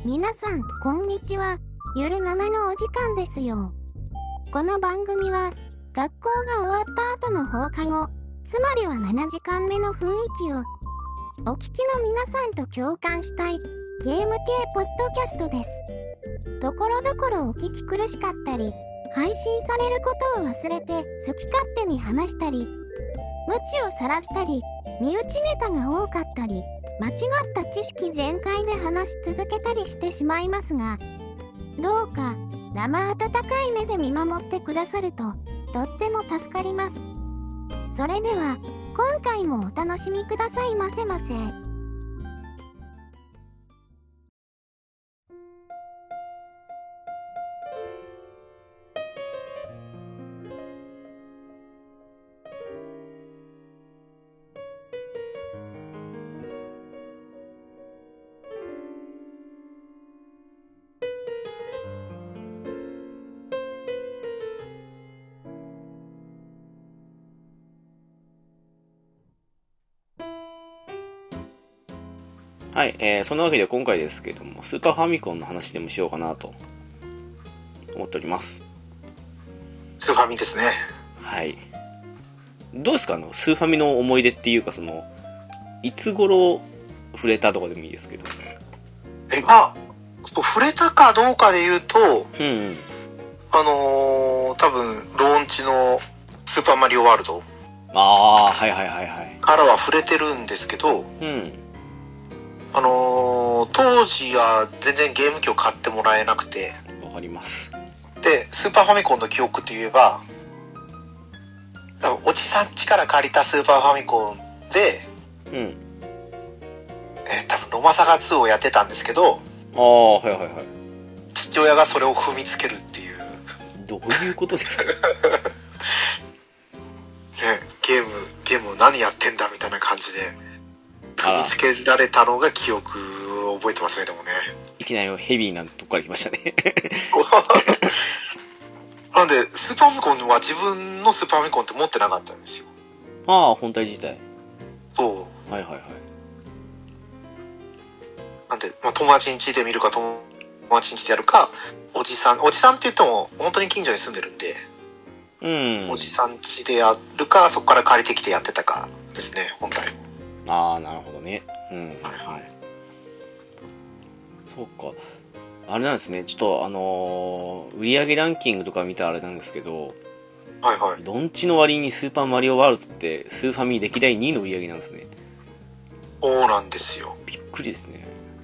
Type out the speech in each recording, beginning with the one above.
皆さん、こんにちは。ゆる7のお時間ですよ。この番組は、学校が終わった後の放課後、つまりは7時間目の雰囲気を、お聞きの皆さんと共感したい、ゲーム系ポッドキャストです。ところどころお聞き苦しかったり、配信されることを忘れて好き勝手に話したり、無知を晒したり、身内ネタが多かったり、間違った知識全開で話し続けたりしてしまいますが、どうか生温かい目で見守ってくださるととっても助かります。それでは今回もお楽しみくださいませませ。 はい、そんなわけで今回ですけども、スーパーファミコンの話でもしようかなと思っております。 スーファミですね。 はい。どうですか、スーファミの思い出っていうか、いつ頃触れたとかでもいいですけど。 触れたかどうかで言うと、 うんうん。 多分、ローンチのスーパーマリオワールドああ、はいはいはいはい。 からは触れてるんですけど、 うん。 当時は全然ゲーム機を買ってもらえなくて、 わかります。 で、スーパーファミコンの記憶といえば、多分おじさん家から借りたスーパーファミコンで、 うん。 多分ロマサガ2をやってたんですけど、 ああ、はいはいはい。 父親がそれを踏みつけるっていう。 どういうことですかね、 ゲーム何やってんだみたいな感じで踏みつけられたのが記憶を覚えてますね。でもね、 いきなりヘビーなとこから来ましたねなんでスーパーファミコンは自分のスーパーファミコンって持ってなかったんですよ。 ああ、本体自体。 そうはいはいはい。 なんで、友達ん家で見るか友達ん家でやるか、おじさんって言っても本当に近所に住んでるんで、 うん。 おじさん家でやるか、そこから借りてきてやってたかですね、本体。 ああ、なるほどね。うん。 はいはい。 そうか。あれなんですね。ちょっと売上ランキングとか見たらあれなんですけど、 はいはい。 ドンチの割にスーパーマリオワールドってスーファミ歴代2位の売り上げなんですね。 そうなんですよ。 びっくりですね。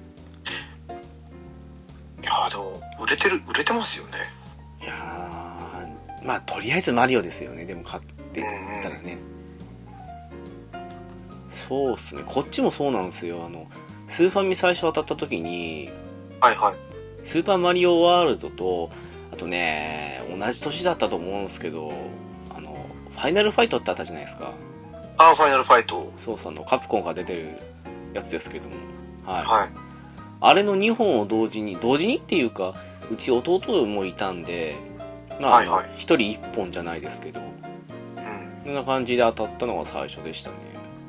いやーでも売れてますよね。 いやー、まあとりあえずマリオですよね。でも買ってたらね。そうっすね。こっちもそうなんですよ。スーファミ最初当たった時に、 はいはい。 スーパーマリオワールドと、あとね、同じ年だったと思うんですけど、ファイナルファイトってあったじゃないですか。 ファイナルファイト。 そうそう、カプコンが出てるやつですけども。はい。 はい。 あれの2本を同時にっていうか、うち弟もいたんで、まあ、 はいはい。 1人1本じゃないですけど、そんな感じで当たったのが最初でしたね。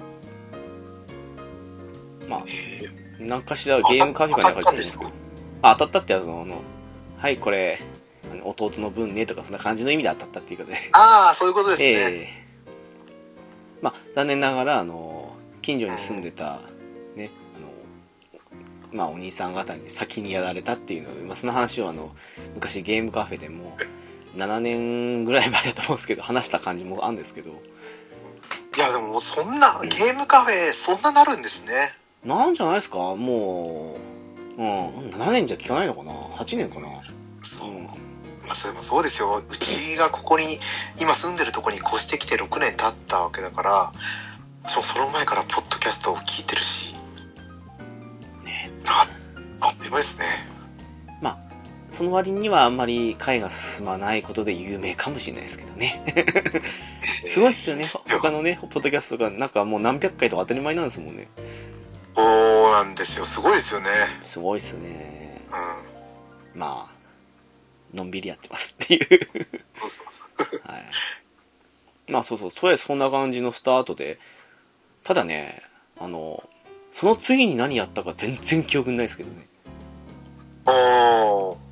まあ、なんかしらゲームカフェかなんか行ってるんですけど、当たったってやつのはい、これ、弟の分ねとかそんな感じの意味で当たったっていうことで。 そういうことですね。 まあ、残念ながら、近所に住んでた、ね、まあ、お兄さん方に先にやられたっていうので、まあ、その話を昔ゲームカフェでも、7年ぐらい前だと思うんですけど、話した感じもあるんですけど。 いや、でもそんな、ゲームカフェ、そんななるんですね。 なんじゃないですかもう、7年じゃ聞かないのかな ?8 年かな。 そう。まあ、そうですよ。うちがここに、今住んでるとこに越してきて6年経ったわけだから、その前からポッドキャストを聞いてるし。 ね、 あっという間ですね。 まあ、その割にはあんまり回が進まないことで有名かもしれないですけどね。すごいっすよね。他のね、ポッドキャストとか、なんかもう何百回とか当たり前なんですもんね。 そうなんですよ。すごいですよね。 すごいっすね。 うん。 まあ、のんびりやってますっていう。 そうそうはい。まあそうそう、とりあえずそんな感じのスタートで、ただね、その次に何やったか全然記憶にないですけどね。 おー。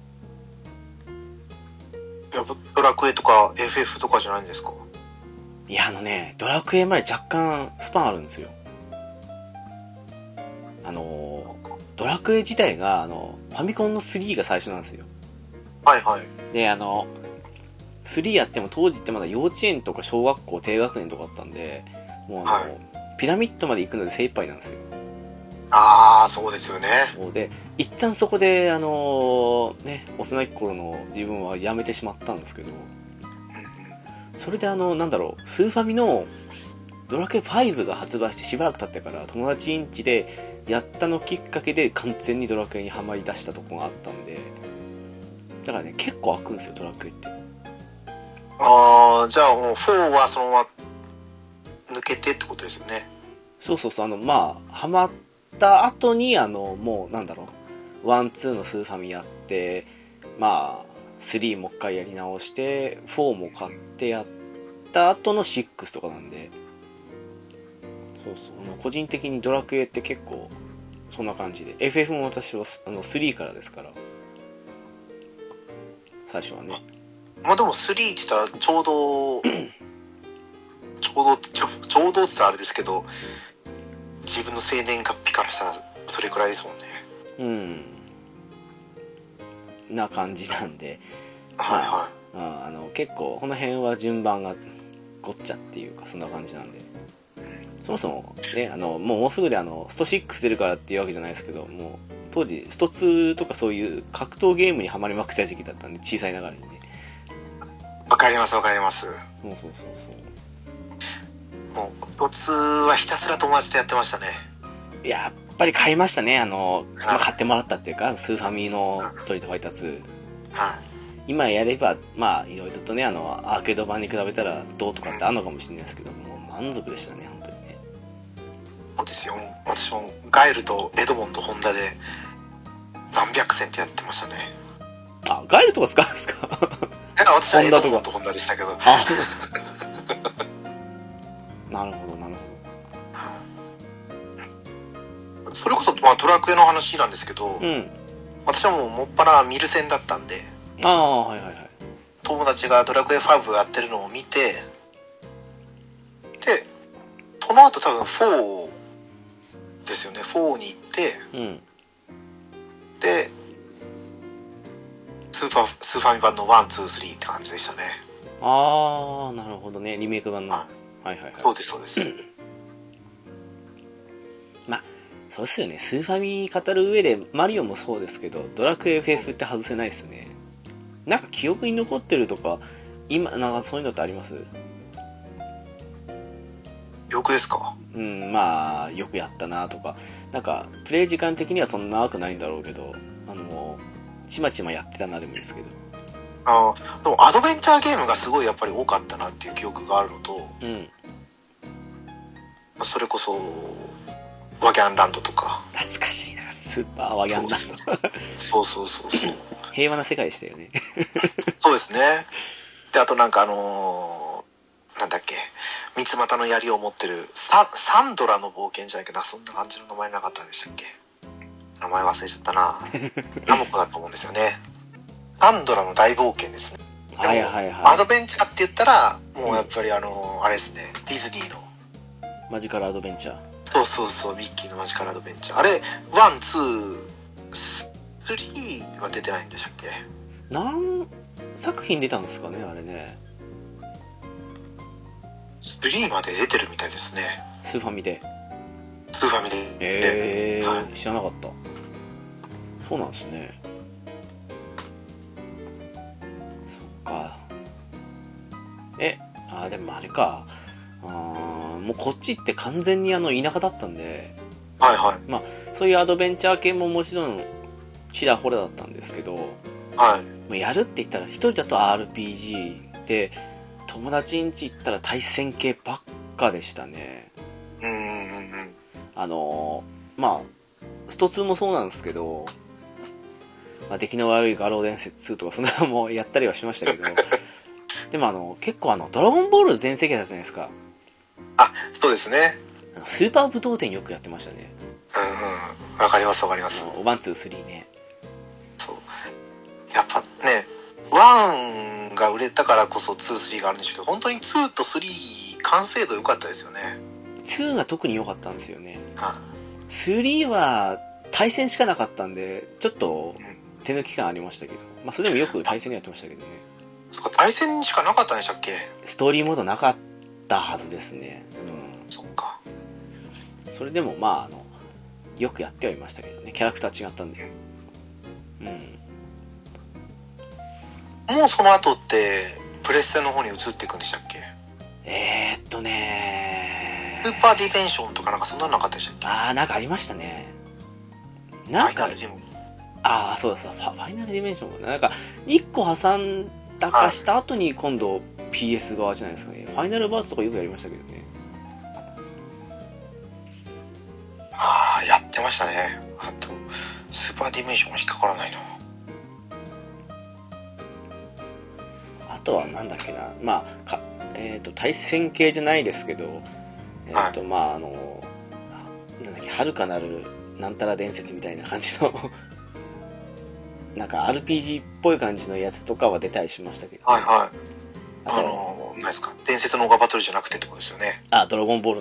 やっぱドラクエとか FF とかじゃないんですか？ いや、ドラクエまで若干スパンあるんですよ。ドラクエ自体が、ファミコンの3が最初なんですよ。 はいはい。 で、3やっても当時ってまだ幼稚園とか小学校低学年とかあったんで、もうピラミッドまで行くので精一杯なんですよ。 あー、そうですよね。 そうで、一旦そこで、幼き頃の自分はやめてしまったんですけど、それでスーファミのドラクエ5が発売してしばらく経ってから友達ん家でやったのきっかけで完全にドラクエにはまり出したとこがあったんで、だからね、結構開くんですよ、ドラクエって。 あー、じゃあもう4はそのまま抜けてってことですよね。 そうそうそう、ハマった後に、もう1、2のスーファミやって、3もう一回やり直して、4も買ってやった後の6とかなんで、そうそう、個人的にドラクエって結構、そんな感じで、FF も私は3からですから、最初はね。 まあでも3って言ったらちょうどって言ったらあれですけど、自分の生年月日からしたらそれくらいですもんね。 な感じなんで、 はいはい。 結構この辺は順番がごっちゃっていうか、そんな感じなんで、そもそもね、もうすぐでスト6出るからっていうわけじゃないですけど、もう当時スト2とかそういう格闘ゲームにはまりまくった時期だったんで、小さいながらにね。 わかりますわかります。 そうもうスト2はひたすら友達とやってましたね。 やっぱり買いましたね。買ってもらったっていうか、スーファミのストリートファイター2。 はい。 今やれば、いろいろとね、アーケード版に比べたらどうとかってあるのかもしれないですけども、満足でしたね、本当にね。 そうですよ。私もガエルとエドモンとホンダで何百戦ってやってましたね。 あ、ガイルとか使うんですか？ 私はエドモンとホンダでしたけど。 あ、そうですか。なるほど。 それこそ、ドラクエの話なんですけど、私はもうもっぱら見る戦だったんで、 はい。 友達がドラクエ5やってるのを見て、で、その後多分4ですよね。4に行って、で、スーファミ版の1、2、3って感じでしたね。 なるほどね。リメイク版の。はい。 そうです。 そうですよね。スーファミ語る上で、マリオもそうですけど、ドラクエ FF って外せないですね。なんか記憶に残ってるとか、今、そういうのってあります？ よくですか？ よくやったなとか、なんか、プレイ時間的にはそんな長くないんだろうけど、ちまちまやってたなでもいいですけど。 でもアドベンチャーゲームがすごいやっぱり多かったなっていう記憶があるのと、それこそ、ワギャンランドとか。 懐かしいな、スーパーワギャンランド。 そう。 平和な世界でしたよね。 そうですね。で、あとなんかなんだっけ、三つ股の槍を持ってるサンドラの冒険じゃないけど、そんな感じの名前なかったんでしたっけ？名前忘れちゃったな。ナムコだと思うんですよね。サンドラの大冒険ですね。 はい。 アドベンチャーって言ったら、もうやっぱりあれですね、ディズニーの。 マジカルアドベンチャー。 そう、ミッキーのマジカルアドベンチャー。あれ、1、2、3は出てないんでしたっけ？ 何作品出たんですかね、あれね。 3まで出てるみたいですね。 スーファミで。 はい、 知らなかった。そうなんですね。そっか。でもあれか。もうこっちって完全に田舎だったんで、そういうアドベンチャー系ももちろんちらほらだったんですけど、やるって言ったら一人だと RPG で、友達ん家行ったら対戦系ばっかでしたね。スト2もそうなんですけど、出来の悪い画廊伝説2とかそんなのもやったりはしましたけど、でも結構ドラゴンボール全盛期だったじゃないですか。 そうですね。 スーパー武闘展よくやってましたね。 わかります。 1、2、3ね。 そやっぱね、1が売れたからこそ2、3があるんでしょうけど、本当に2と3完成度良かったですよね。 2が特に良かったんですよね。 は 3は対戦しかなかったんで、ちょっと手抜き感ありましたけど、まあそれでもよく対戦でやってましたけどね。 そっか、対戦にしかなかったんでしたっけ？ ストーリーモードなかったはずですね。 そっか。 それでもまあよくやってはいましたけどね。キャラクター違ったんで。 もうその後ってプレステの方に移っていくんでしたっけ？スーパーディメンションとかなんかそんなのなかったでしたっけ？ なんかありましたね。なんかファイナルディメンシそうです。ファイナルディメンションもなんか1個挟んだかした後に今度 PS 側じゃないですかね。ファイナルバーツとかよくやりましたけどね。 ョン。やってましたね。あとスーパーディメンションは引っかからないな。 あとはなんだっけな、まあ対戦系じゃないですけど、まあなんだっけ、遥かなるなんたら伝説みたいな感じのなんか RPG っぽい感じのやつとかは出たりしましたけど、 はいはい。 あと何ですか、伝説のオガバトルじゃなくてってことですよね。 ドラゴンボー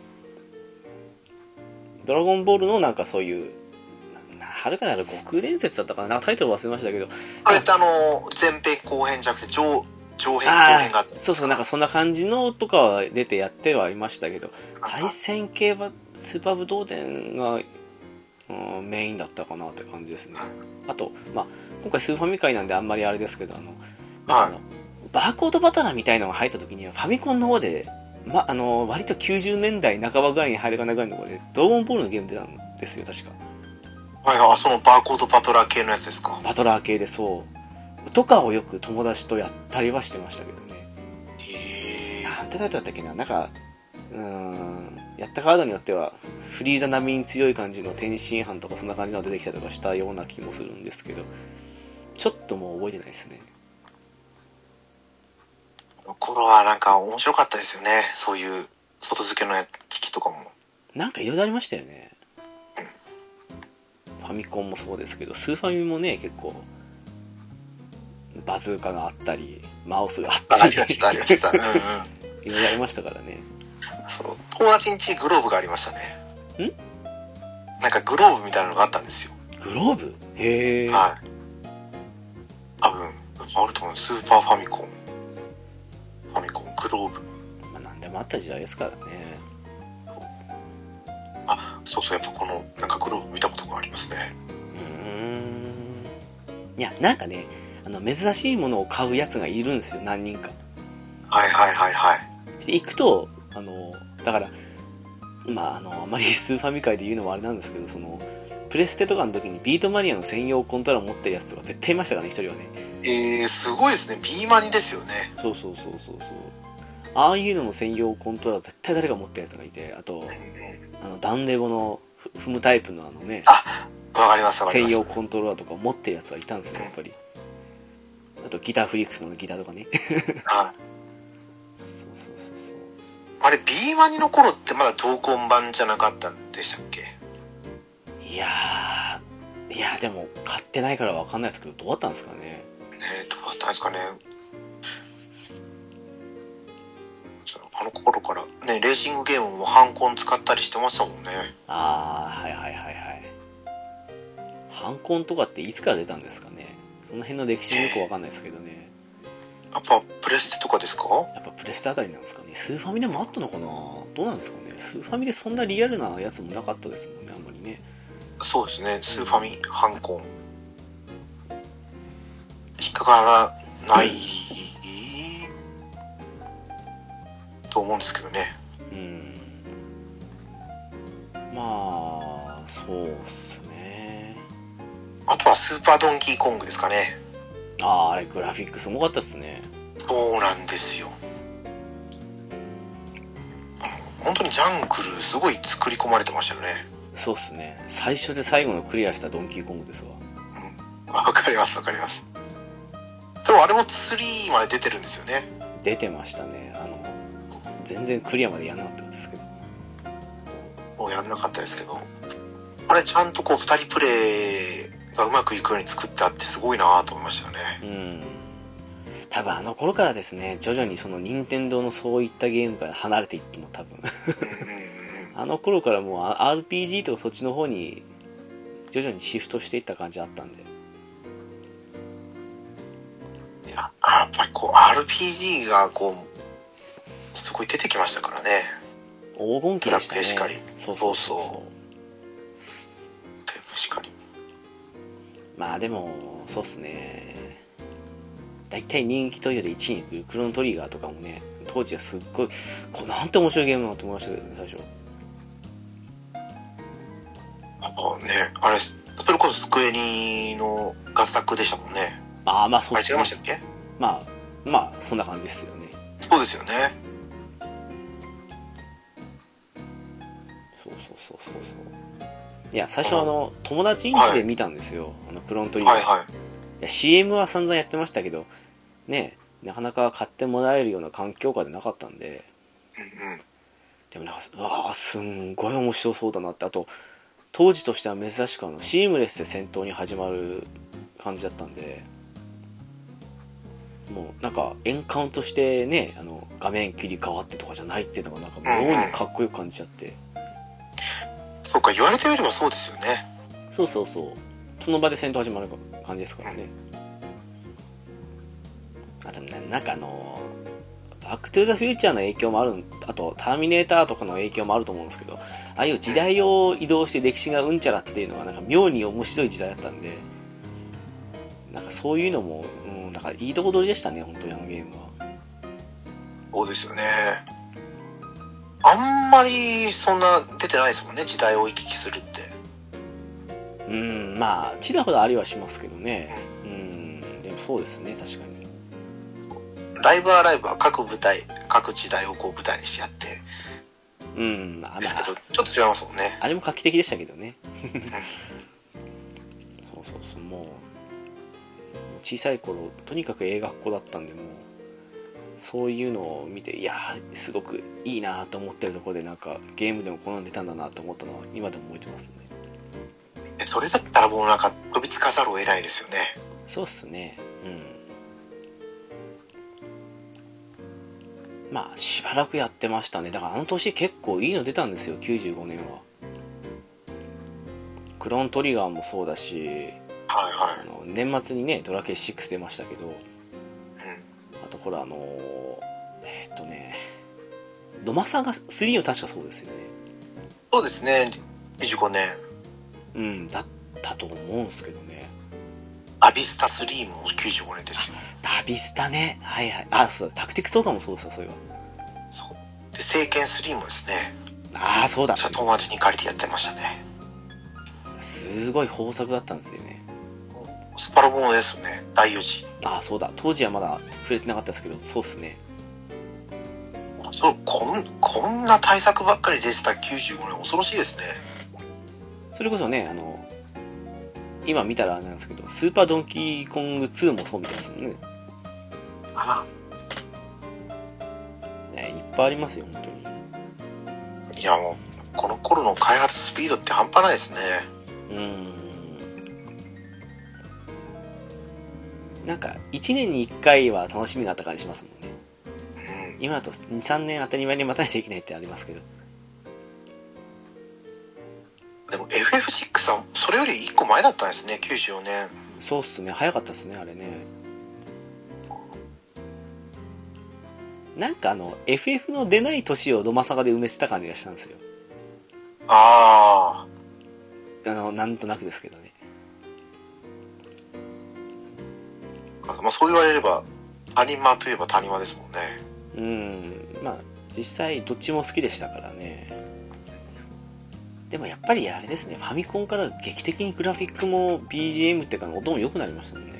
ルのなんかそういう遥かなる悟空伝説だったかな、なんかタイトル忘れましたけど、 あれって前編後編じゃなくて上編後編があって、 そうそう、なんかそんな感じのとかは出てやってはいましたけど、対戦系はスーパーブドウ伝が、メインだったかなって感じですね。あと、まあ、今回スーファミ界なんであんまりあれですけど、バーコードバトラーみたいのが入った時にはファミコンの方で、割と90年代半ばぐらいに入るかなぐらいのところでドラゴンボールのゲーム出たんですよ、確か。 はいはい、そのバーコードバトラー系のやつですか。 バトラー系で、そうとかをよく友達とやったりはしてましたけどね。なんてタイトルだったっけな、なんかやったカードによってはフリーザ並みに強い感じの天津飯とかそんな感じのが出てきたりとかしたような気もするんですけど、ちょっともう覚えてないですね。 この頃はなんか面白かったですよね、そういう外付けの機器とかも。 なんかいろいろありましたよね。ファミコンもそうですけど、スーファミもね、結構バズーカがあったりマウスがあったりありましたありました。うんうん。 いろいろありましたからね。 そう、友達ん家グローブがありましたね。 ん？ なんかグローブみたいなのがあったんですよ。 グローブ？へー。 はい。多分あると思う。スーパーファミコングローブ。 まあ何でもあった時代ですからね。 そうそう、やっぱこのなんかグローブ見たことがありますね。 いや、なんかね、珍しいものを買うやつがいるんですよ、何人か。 はいはいはいはい。 して行くと、だから、まあ、あまりスーファミ界で言うのもあれなんですけど、プレステとかの時にビートマニアの専用コントローラー持ってるやつとか絶対いましたからね、一人はね。 すごいですね。ビーマニですよね。 そう。ああいうのの専用コントローラー絶対誰か持ってるやつがいて、あと、ダンレボの踏むタイプのね、 わかりますわかります。 専用コントローラーとか持ってるやつがいたんですよ、やっぱり。あと、ギターフリックスのギターとかね。 はい。 そう。 あれ、ビーマニの頃ってまだ同梱版じゃなかったんでしたっけ？ いやでも買ってないから分かんないですけど、どうだったんですかね。 どうだったんですかね。あの頃からね、レーシングゲームもハンコン使ったりしてましたもんね。 はい。ハンコンとかっていつから出たんですかね。その辺の歴史もよく分かんないですけどね。 やっぱプレステとかですか？ やっぱプレステあたりなんですかね。スーファミでもあったのかな。どうなんですかね。スーファミでそんなリアルなやつもなかったですもんね、あんまりね。 そうですね、スーファミ、ハンコン。引っかからない、と思うんですけどね。 まあ、そうっすね。 あとはスーパードンキーコングですかね。 あれグラフィックすごかったっすね。 そうなんですよ。本当にジャングルすごい作り込まれてましたよね。 そうっすね。最初で最後のクリアしたドンキーコングですわ。 わかります。でもあれも3まで出てるんですよね。 出てましたね。全然クリアまでやらなかったですけど。 もうやんなかったですけど。あれちゃんとこう2人プレイがうまくいくように作ってあってすごいなと思いましたよね。 うん。多分あの頃からですね、徐々にその任天堂のそういったゲームから離れていっても多分あの頃からもう RPG とかそっちの方に徐々にシフトしていった感じあったんで。 いや、やっぱりこう RPG がこうすごい出てきましたからね。 黄金期でしたね。 ブラックしかり。 そうそうそう。 テープしかり。 まあでも、そうっすね。大体人気というより1位に来るクロノトリガーとかもね、当時はすっごい、なんて面白いゲームだなと思いましたけどね、最初。 ね、あれ、それこそスクエニの合作でしたもんね。 ああ、まあそうですね。 あれ違いましたっけ？ まあ、そんな感じですよね。 そうですよね。 そう。いや、最初友達ん家で見たんですよ。クロノトリガー。 はいはい。 いや、CM は散々やってましたけど、ね、なかなか買ってもらえるような環境下でなかったんで、でもなんか、うわー、すんごい面白そうだなって、あと、当時としては珍しくシームレスで戦闘に始まる感じだったんで、もうなんかエンカウントしてね、画面切り替わってとかじゃないっていうのがなんか妙にかっこよく感じちゃって。 そうか、言われてみればそうですよね。 そう。その場で戦闘始まる感じですからね。あとなんかバックトゥーザフューチャーの影響もある、あとターミネーターとかの影響もあると思うんですけど、ああいう時代を移動して歴史がうんちゃらっていうのがなんか妙に面白い時代だったんで、なんかそういうのも、なんかいいとこ取りでしたね、本当にあのゲームは。 そうですよね。あんまりそんな出てないですもんね、時代を行き来するって。 まあちらほらありはしますけどね。でもそうですね、確かに。 ライブは各舞台、各時代をこう舞台にしてやって。 まあ、 ですけど、ちょっと違いますもんね。 あれも画期的でしたけどね。そう、もう、小さい頃、とにかく映画っ子だったんで、もう、そういうのを見て、いやー、すごくいいなと思ってるところで、なんか、ゲームでも好んでたんだなと思ったのは、今でも覚えてますね。 それだったらもうなんか、飛びつかざるを得ないですよね。 そうっすね。まあしばらくやってましたね。だからあの年結構いいの出たんですよ、95年は。クローントリガーもそうだし、年末にねドラケ6出ましたけど、あとほらドマサガ3は確かそうですよね。 そうですね、25年。 だったと思うんですけどね。 アビスタ3も95年ですよ。 アビスタね。はいはい。あ、そうだ。タクティクスとかもそうですよ、そういえば。 そう。で、聖剣3もですね。 ああ、そうだ。 友達に借りてやってましたね。 すごい豊作だったんですよね。 スパロボのですね、第4次。 ああ、そうだ。当時はまだ触れてなかったですけど、そうっすね。 こんな対策ばっかり出てた95年、恐ろしいですね。 それこそね、今見たらあれなんですけど、スーパードンキーコング2もそうみたいですもんね。ね、いっぱいありますよ、本当に。 いや、もう、この頃の開発スピードって半端ないですね。 なんか、1年に1回は楽しみがあった感じしますもんね。今だと2、3年当たり前に待たないといけないってありますけど。 でも FF6 はそれより1個前だったんですね、94年。 そうっすね、早かったっすね、あれね。なんかFF の出ない年をドマサガで埋めてた感じがしたんですよ。なんとなくですけどね。 まあそう言われれば、谷間といえば谷間ですもんね。まあ、実際どっちも好きでしたからね。でもやっぱりあれですね、ファミコンから劇的にグラフィックも BGM っていうか音も良くなりましたもんね。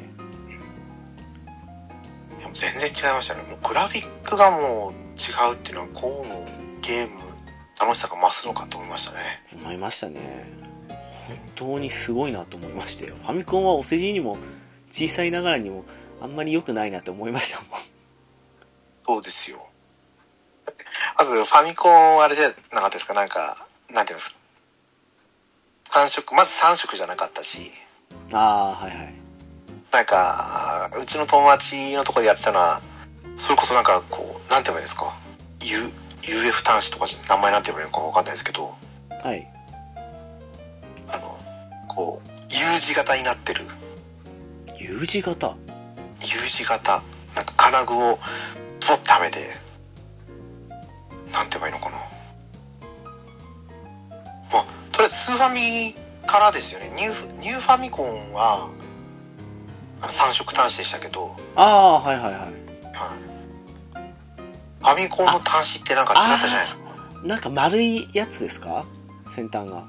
いや全然違いましたね。もうグラフィックがもう違うっていうのは、こうもゲーム楽しさが増すのかと思いましたね。 思いましたね。本当にすごいなと思いましたよ。ファミコンはお世辞にも小さいながらにもあんまり良くないなって思いましたもん。 そうですよ。あとファミコンあれじゃなかったですか、なんかなんていうんですか、まず3色じゃなかったし、 ああ、はいはい。 なんか、うちの友達のところでやってたのは、それこそなんかこう、なんて言えばいいですか、UF 端子とか名前なんて言えばいいのかわかんないですけど、 はい。 こう、U 字型になってる。 U 字型 U 字型。なんか金具をポッてはめて、なんて言えばいいのかな。まあ、とりあえずスーファミからですよね。ニューファミコンは、3色端子でしたけど、 ああ、はいはいはい。 はい、ファミコンの端子ってなんか違ったじゃないですか。 なんか丸いやつですか、先端が。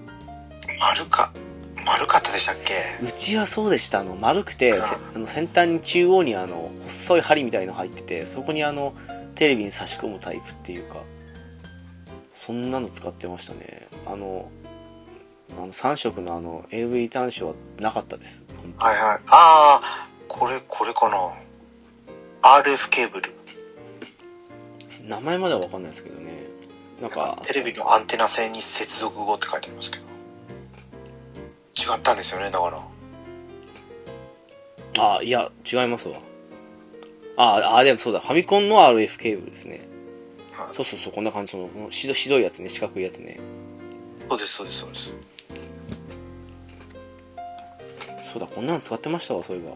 丸かったでしたっけ。 うちはそうでした。丸くて、先端に中央に細い針みたいの入ってて、そこにテレビに差し込むタイプっていうか、そんなの使ってましたね。3色のAV 端子はなかったです。 はいはい。ああ、これかな。RF ケーブル。 名前までは分かんないですけどね。なんかテレビのアンテナ線に接続後って書いてありますけど。違ったんですよね、だから。 あ、いや、違いますわ。でもそうだ、ファミコンの RF ケーブルですね。はい、そうそうそう、こんな感じの、白いやつね、四角いやつね。 そうです、そうです、そうです。 そうだ、こんなの使ってましたわ、そういえば。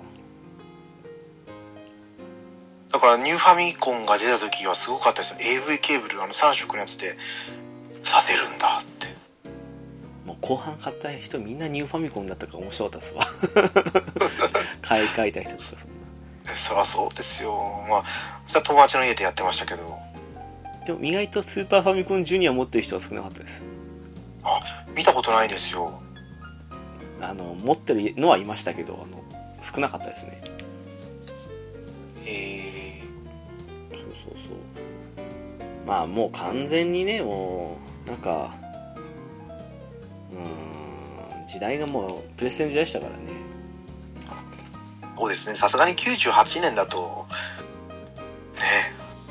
だから、ニューファミコンが出た時はすごかったですよ。AV ケーブル、3色のやつで、させるんだって。 もう後半買った人みんなニューファミコンだったから面白かったっすわ。買い替えた人とかそんな。 そりゃそうですよ。まあ、それは友達の家でやってましたけど。 でも意外とスーパーファミコンジュニア持ってる人は少なかったです。 あ、見たことないですよ。 持ってるのはいましたけど、少なかったですね。そうそうそう。まあもう完全にね、もう、なんか、時代がもうプレステの時代でしたからね。 そうですね、さすがに98年だとね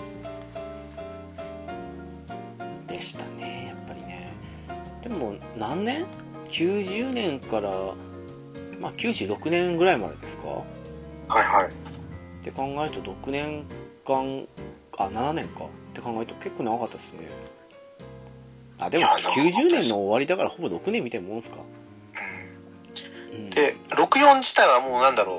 でしたね、やっぱりね。でも何年 ?90 年からまあ96年ぐらいまでですか。 はいはいって考えると6年間7年かって考えると結構長かったですね。あ、でも90年の終わりだからほぼ6年みたいなもんですか。 で、64自体はもうなんだろう、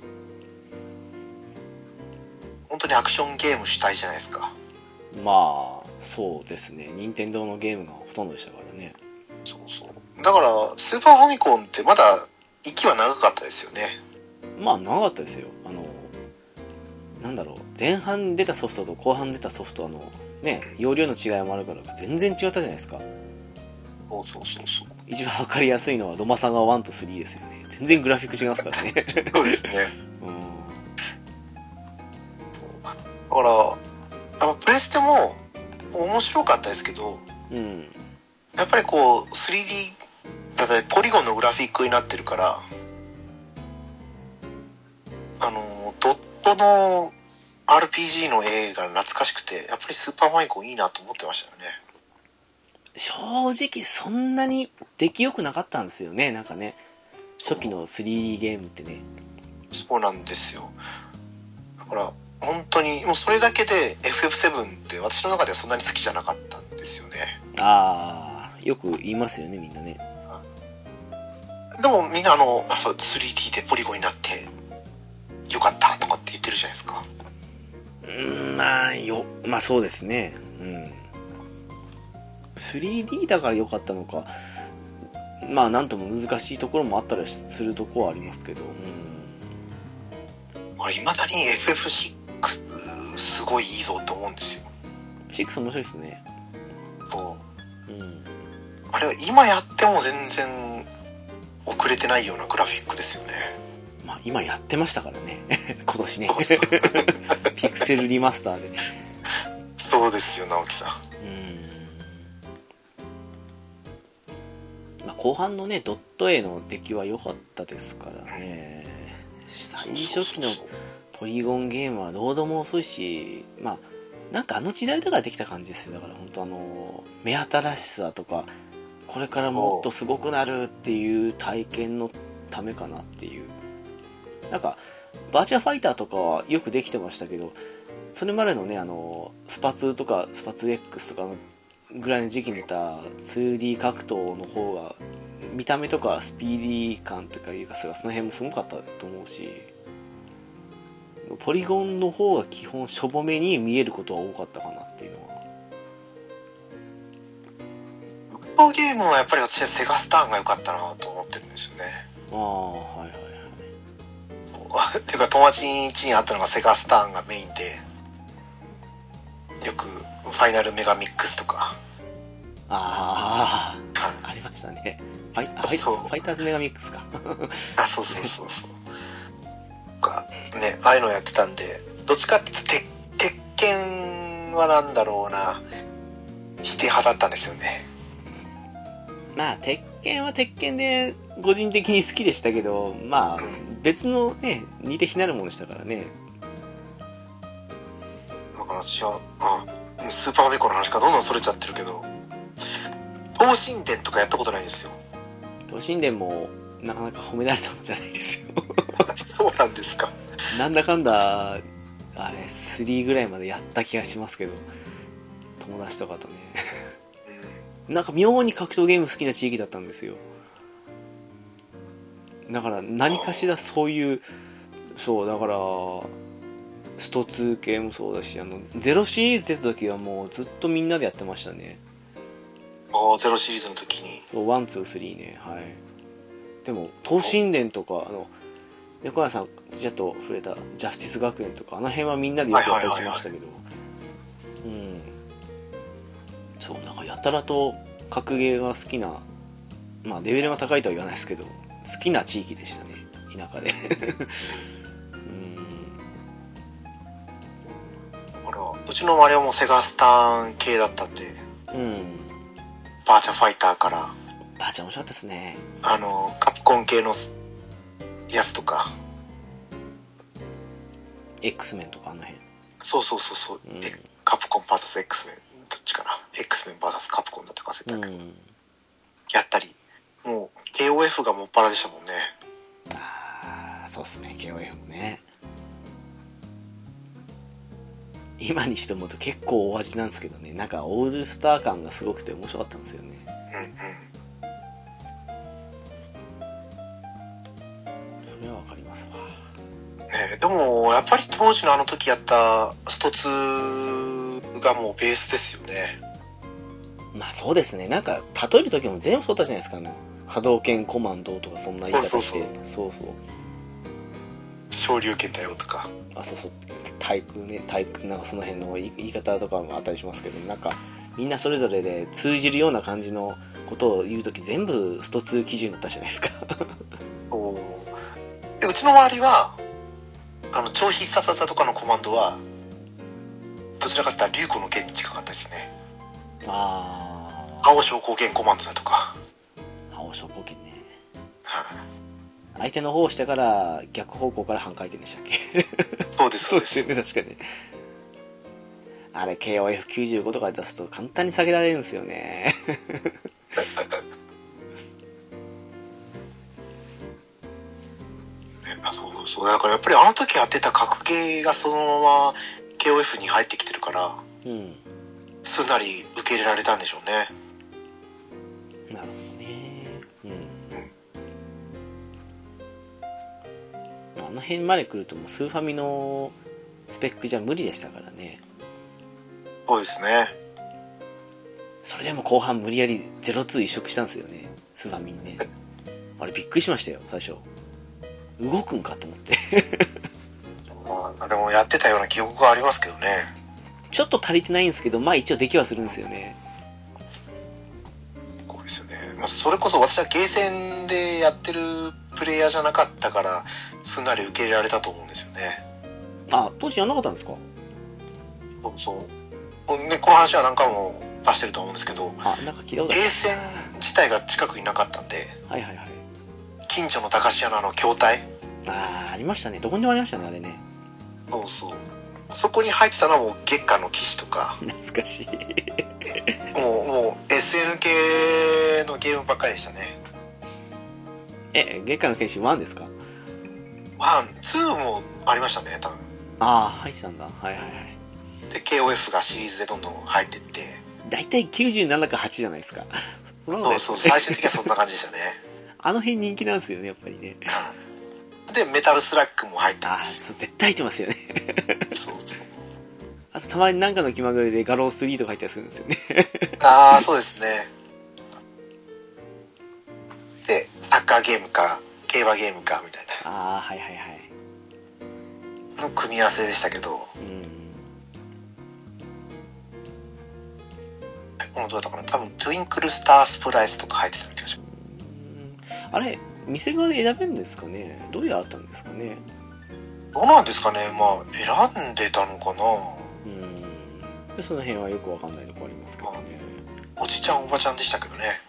本当にアクションゲーム主体じゃないですか。 まあそうですね、任天堂のゲームがほとんどでしたからね。 そうそうだからスーパーファミコンってまだ息は長かったですよね。 まあ長かったですよ。なんだろう、前半出たソフトと後半出たソフトね、容量の違いもあるから全然違ったじゃないですか。 そうそう一番わかりやすいのはドマサガ1と3ですよね。全然グラフィック違いますからね。 そうですね。だからプレステも面白かったですけど、やっぱりこう 3D だってポリゴンのグラフィックになってるからドットの RPG の映画懐かしくて、やっぱりスーパーファミコンいいなと思ってましたよね。 正直そんなに出来良くなかったんですよね、なんかね、初期の 3D ゲームってね。 そうなんですよ。だから本当にもうそれだけで FF7 って私の中ではそんなに好きじゃなかったんですよね。 ああ、よく言いますよね、みんなね。 でもみんな3D でポリゴンになってよかったとかって言ってるじゃないですか。 まあそうですね。3D だから良かったのか、まあなんとも難しいところもあったりするところはありますけど、 いまだに FF6 すごいいいぞって思うんですよ。 6面白いですね。 そう、あれは今やっても全然遅れてないようなグラフィックですよね。 まあ今やってましたからね今年ねピクセルリマスターで。 そうですよ、直樹さん。 まあ、後半のねドット絵の出来は良かったですからね。最初期のポリゴンゲームはロードも遅いし、まあなんか時代だからできた感じですよ。だから本当目新しさとか、これからもっとすごくなるっていう体験のためかなっていう。なんかバーチャファイターとかはよくできてましたけど、それまでのねスパ2とかスパ 2X とかのぐらいの時期に出た 2D 格闘の方が見た目とかスピーディー感とかいうかその辺もすごかったと思うし、ポリゴンの方が基本しょぼめに見えることは多かったかなっていうのは。 このゲームはやっぱり私はセガスターンが良かったなと思ってるんですよね。 ああ、はいはいはい。 そうっていうか友達に家にあったのがセガスターンがメインで、よくファイナルメガミックスとか、 あありましたね。ファイターズメガミックスか。 あ、そうそうそうそうかね、ああいうのやってたんで、どっちかっていうと鉄拳はなんだろうな、否定派だったんですよね。 まあ鉄拳は鉄拳で個人的に好きでしたけど、まあ、別のね似て非なるものでしたからね。 だから私はスーパーファミコンの話からどんどんそれちゃってるけど、東神殿とかやったことないんですよ。 東神殿もなかなか褒められたもんじゃないですよ。 そうなんですか。 なんだかんだあれ3ぐらいまでやった気がしますけど、友達とかとねなんか妙に格闘ゲーム好きな地域だったんですよ。だから何かしらそういう、そうだからスト2系もそうだし、ゼロシリーズ出た時はもうずっとみんなでやってましたね。 ゼロシリーズの時に。 そう、1、2、3ね、はい。でも東神殿とか猫屋さんちょっと触れたジャスティス学園とか、あの辺はみんなでよくやったりしましたけど、そうなんかやたらと格ゲーが好きな、まあレベルが高いとは言わないですけど、好きな地域でしたね、田舎で。 うちの周りはもうセガスターン系だったんで、バーチャファイターから、 バーチャ面白かったですね。 カプコン系のやつとか、 X メンとかあの辺。 そうそうそうそう、カプコン VS X メン、どっちかな、 X メン VS カプコンだったか忘れたけど、やったり、もう KOF がもっぱらでしたもんね。 ああ、そうっすね、 KOF もね。今にして思うと結構大味なんですけどね、なんかオールスター感がすごくて面白かったんですよね。それはわかりますわ。 でもやっぱり当時のあの時やったスト2がもうベースですよね。 まあそうですね、なんか例える時も全部そうだじゃないですか、波動拳コマンドとかそんな言い方して、そう昇竜拳だよとか、 そう対空ね、なんかその辺の言い方とかもあったりしますけど、なんかみんなそれぞれで通じるような感じのことを言う時全部スト2基準だったじゃないですか。 でうちの周りは超必殺技とかのコマンドはどちらかというと竜子の剣に近かったですね。青昇降剣コマンドだとか。 青昇降剣ね、相手の方をしてから逆方向から半回転でしたっけ。 そうですそうですよね、確かに。あれ KOF95 とか出すと簡単に下げられるんですよね。 そうだからやっぱりあの時やってた格ゲーがそのまま KOF に入ってきてるから、すんなり受け入れられたんでしょうね。 なるほどね。あの辺まで来るともうスーファミのスペックじゃ無理でしたからね。 そうですね。 それでも後半無理やり02移植したんですよね、スーファミにね。あれびっくりしましたよ、最初。動くんかと思って。 でもやってたような記憶がありますけどね。 ちょっと足りてないんですけど、まあ一応できはするんですよね。 そうですよね。それこそ私はゲーセンでやってるプレイヤーじゃなかったからすんなり受け入れられたと思うんですよね。 当時やんなかったんですか？ そうね、この話は何回も出してると思うんですけど、 なんか聞いたことある。 ゲーセン自体が近くになかったんで、近所の駄菓子屋の筐体、 ありましたね、どこにでもありましたね、あれね。 そこに入ってたのはもう月下の騎士とか、 懐かしい。 もう SN 系のゲームばっかりでしたね。 月下の剣士1ですか？ 1、2もありましたね、多分。 ああ、入ってたんだ。はいはいはい。 で、KOF がシリーズでどんどん入ってって。 だいたい97か8じゃないですか。 そうそう、最終的にはそんな感じでしたね。 あの辺人気なんですよね、やっぱりね。 で、メタルスラッグも入ってまああ、 す。 そう、絶対入ってますよね。 そうそう。 あと、たまになんかの気まぐれでガロー3とか入ったりするんですよね。 ああ、そうですね。で、サッカーゲームか、競馬ゲームか、みたいああ、はいはいはい。 な、の組み合わせでしたけど、 うん。 どうだったかな、多分、トゥインクルスタースプライスとか入ってた気がします。 あれ、店側で選べるんですかね？どういうあったんですかね？ どうなんですかね、まあ、選んでたのかな。 で、その辺はよくわかんないとこありますけどね。 おじちゃんおばちゃんでしたけどね。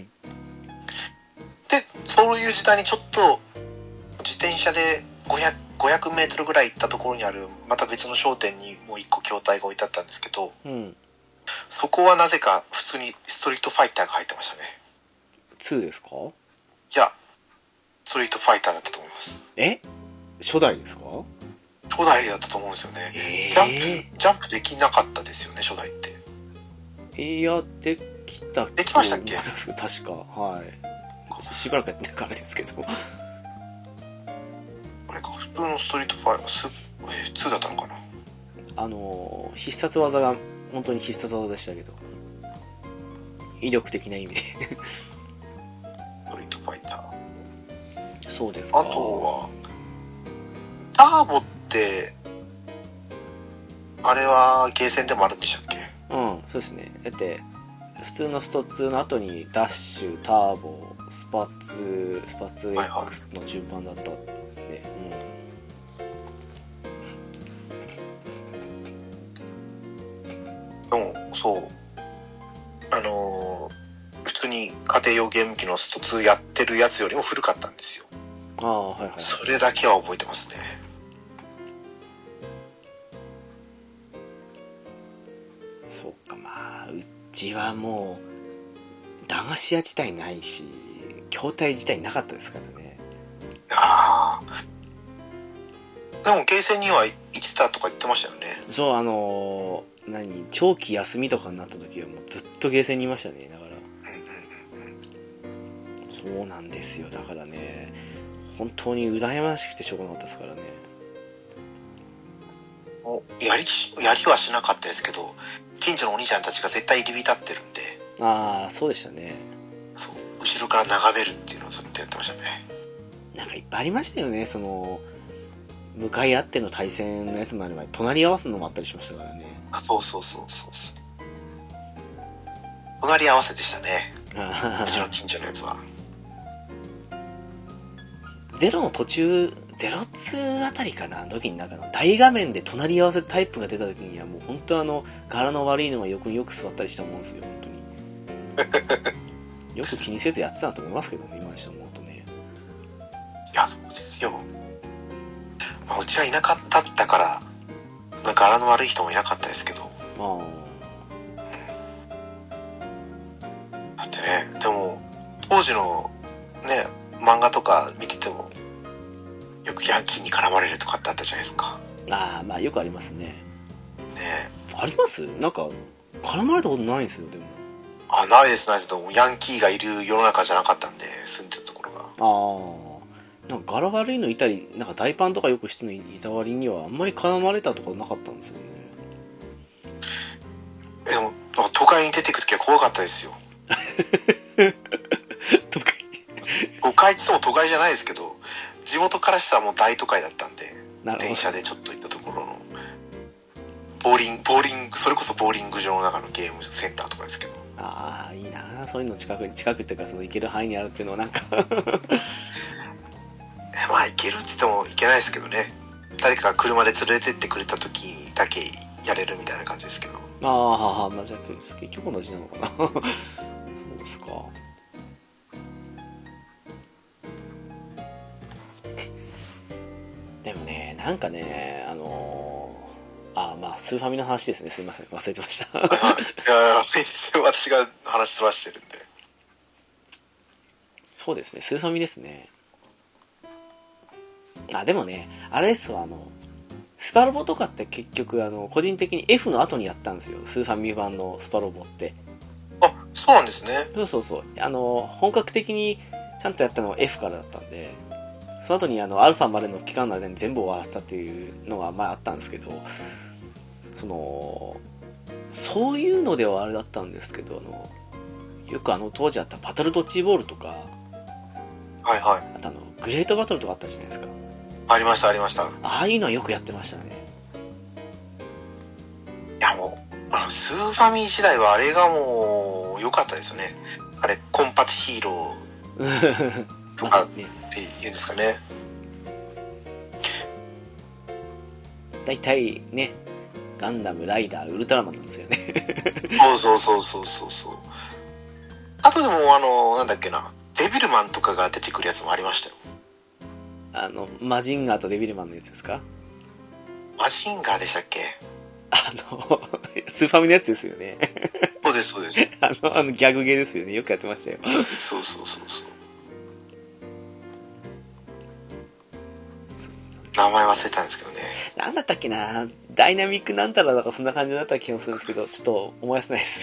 で、そういう時代にちょっと自転車で500メートルぐらい行ったところにあるまた別の商店にもう一個筐体が置いてあったんですけど、 うん。 そこはなぜか普通にストリートファイターが入ってましたね。 2ですか？ いや、ストリートファイターだったと思います。 初代ですか？ 初代だったと思うんですよね。ジャンプできなかったですよね、初代って。 いや、できましたっけ？ 確か、はい。しばらくやってないからですけど。 あれか、普通のストリートファイター、2だったのかな。 必殺技が本当に必殺技でしたけど、威力的な意味で。 ストリートファイター。 そうですか。 あとは、ターボって、あれはゲーセンでもあるんでしたっけ？ そうですね。だって、普通のスト2の後にダッシュ、ターボ、スパツ X の順番だったんで、 でも、そう。普通に家庭用ゲーム機のスト2やってるやつよりも古かったんですよ。 ああ、はいはい。 それだけは覚えてますね。 そうか、まあ、うちはもう、駄菓子屋自体ないし、筐体自体なかったですからね。 ああ。でもゲーセンには行ってたとか言ってましたよね。 そう、長期休みとかになった時はもうずっとゲーセンにいましたね。だから。そうなんですよ。だからね、本当に羨ましくてしょうがなかったですからね。 やりはしなかったですけど、近所のお兄ちゃんたちが絶対入り浸ってるんで。 ああ、そうでしたね。 そう、後ろから眺めるっていうのをずっとやってましたね。 なんかいっぱいありましたよね。向かい合っての対戦のやつもあれば、隣り合わせのもあったりしましたからね。 そう。隣り合わせでしたね。うちの近所のやつは。 ゼロの途中、02あたりかな、時になんか大画面で隣り合わせタイプが出た時にはもう本当柄の悪いのが横によく座ったりしたもんですよ、本当に。よく気にせずやってたと思いますけどね、今にして思うとね。 いや、そうですよ。まあ、うちは田舎だったから、柄の悪い人もいなかったですけど。だってね、でも、当時のね、漫画とか見てても、よくヤンキーに絡まれるとかってあったじゃないですか。 まあよくありますね。 ね。 あります？なんか、絡まれたことないんですよ、でも。 ないです。ヤンキーがいる世の中じゃなかったんで、住んでたところが。 なんか柄悪いのいたり、なんか大パンとかよくしてるのいた割には、あんまり絡まれたとかなかったんですよね。 でも、都会に出ていくときは怖かったですよ。 都会都会って言っても都会じゃないですけど、地元からしたらもう大都会だったんで、電車でちょっと行ったところの、ボーリング、それこそボーリング場の中のゲームセンターとかですけど。 いいな、そういうの近くっていうか、行ける範囲にあるっていうのはなんかまあ行けるって言っても行けないですけどね。誰かが車で連れてってくれた時にだけやれるみたいな感じですけど。 まあじゃあ結局同じなのかな。そうですか。でもね、なんかね、まあ、スーファミの話ですね。すいません。忘れてました。 いや、私が話し飛ばしてるんで。 そうですね。スーファミですね。 あ、でもね、あれですわ、スパロボとかって結局、個人的に F の後にやったんですよ。スーファミ版のスパロボって。 あ、そうなんですね。 そうそうそう。本格的にちゃんとやったのは F からだったんで、その後にアルファまでの期間の間に全部終わらせたっていうのがまああったんですけど、そういうのではあれだったんですけど、よく当時あったバトルドッジボールとか、 はいはい。 あとグレートバトルとかあったじゃないですか。 ありましたありました。いああいうのはよくやってましたね。 やもう、スーファミ時代はあれがもう良かったですよね。あれ、コンパチヒーローとかっていうんですかね。 大体ね、ガンダム、ライダー、ウルトラマンなんですよね。 そうそうそうそうそう。あとでもなんだっけな、デビルマンとかが出てくるやつもありましたよ。 マジンガーとデビルマンのやつですか？ マジンガーでしたっけ？ スーファミのやつですよね。 そうですそうです。 ギャグゲーですよね。よくやってましたよ。 そうそうそうそう。名前忘れたんですけどね。 なんだったっけな、ダイナミックなんたらだかそんな感じだった気がするんですけど、ちょっと思い出せないです。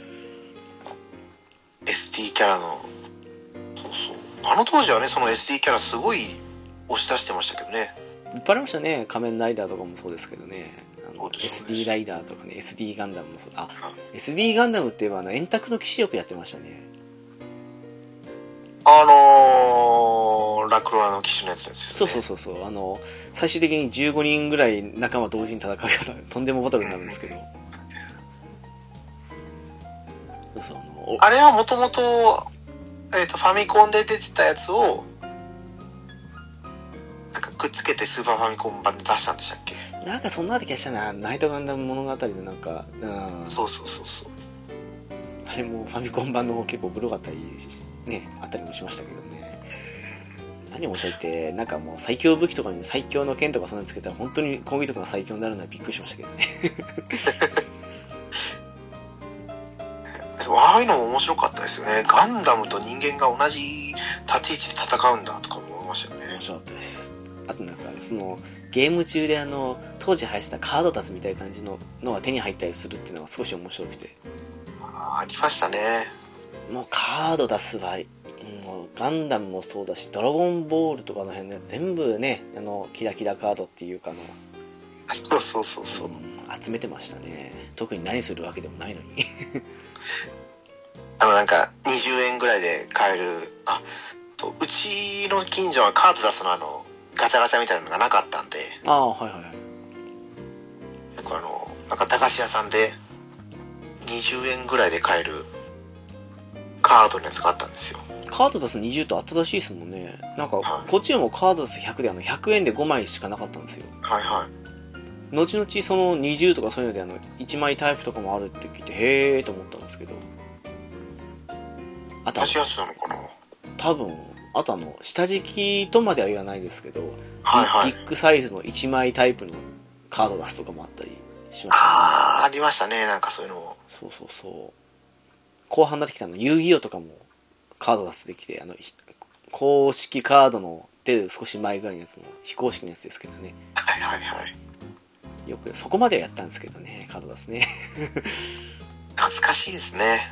SD キャラの、そうそう。当時はね、その SD キャラすごい押し出してましたけどね。 いっぱいありましたね。仮面ライダーとかもそうですけどね。SD ライダーとかね、SD ガンダムもそう。SD ガンダムって言えば円卓の騎士よくやってましたね。 ラクロワの機種のやつですよね。 そう。最終的に15人ぐらい仲間同時に戦うような、とんでもバトルになるんですけど。そうあれはもともと、ファミコンで出てたやつを、なんかくっつけてスーパーファミコン版で出したんでしたっけ？ なんかそんな気がしたな。ナイトガンダム物語のなんか、 そうそうそうそう。 あれもファミコン版の方結構グロかったりね、あったりもしましたけどね。何面白いって、なんかもう最強武器とかに最強の剣とかそんなにつけたら本当に攻撃とかが最強になるのはびっくりしましたけどね。 ああいうのも面白かったですよね。ガンダムと人間が同じ立ち位置で戦うんだとか思いましたよね。 面白かったです。あとなんかゲーム中で当時流行ってたカードタスみたいな感じのが手に入ったりするっていうのが少し面白くて。 ありましたね。 もうカード出す場合、もうガンダムもそうだし、ドラゴンボールとかの辺のやつ全部ね、キラキラカードっていうかそう、 集めてましたね。特に何するわけでもないのに。 なんか20円ぐらいで買える、うちの近所はカード出すのガチャガチャみたいなのがなかったんで、 はい。 よくなんか駄菓子屋さんで20円ぐらいで買えるカードのやつがあったんですよ。 カード出す20とあったらしいですもんね。なんか、こっちでもカード出す100で100円で5枚しかなかったんですよ。 はいはい。 後々その20とかそういうので1枚タイプとかもあるって聞いて、へーと思ったんですけど。あと出しやすなのかな？ 多分、あと下敷きとまでは言わないですけど、 はい、 ビッグサイズの1枚タイプのカード出すとかもあったりしましたね。 ありましたね、なんかそういうのも。 そう。後半になってきた遊戯王とかもカード出すできて、公式カードの出る少し前ぐらいのやつの非公式のやつですけどね。 はい。 よくそこまではやったんですけどね、カード出すね。 懐かしいですね。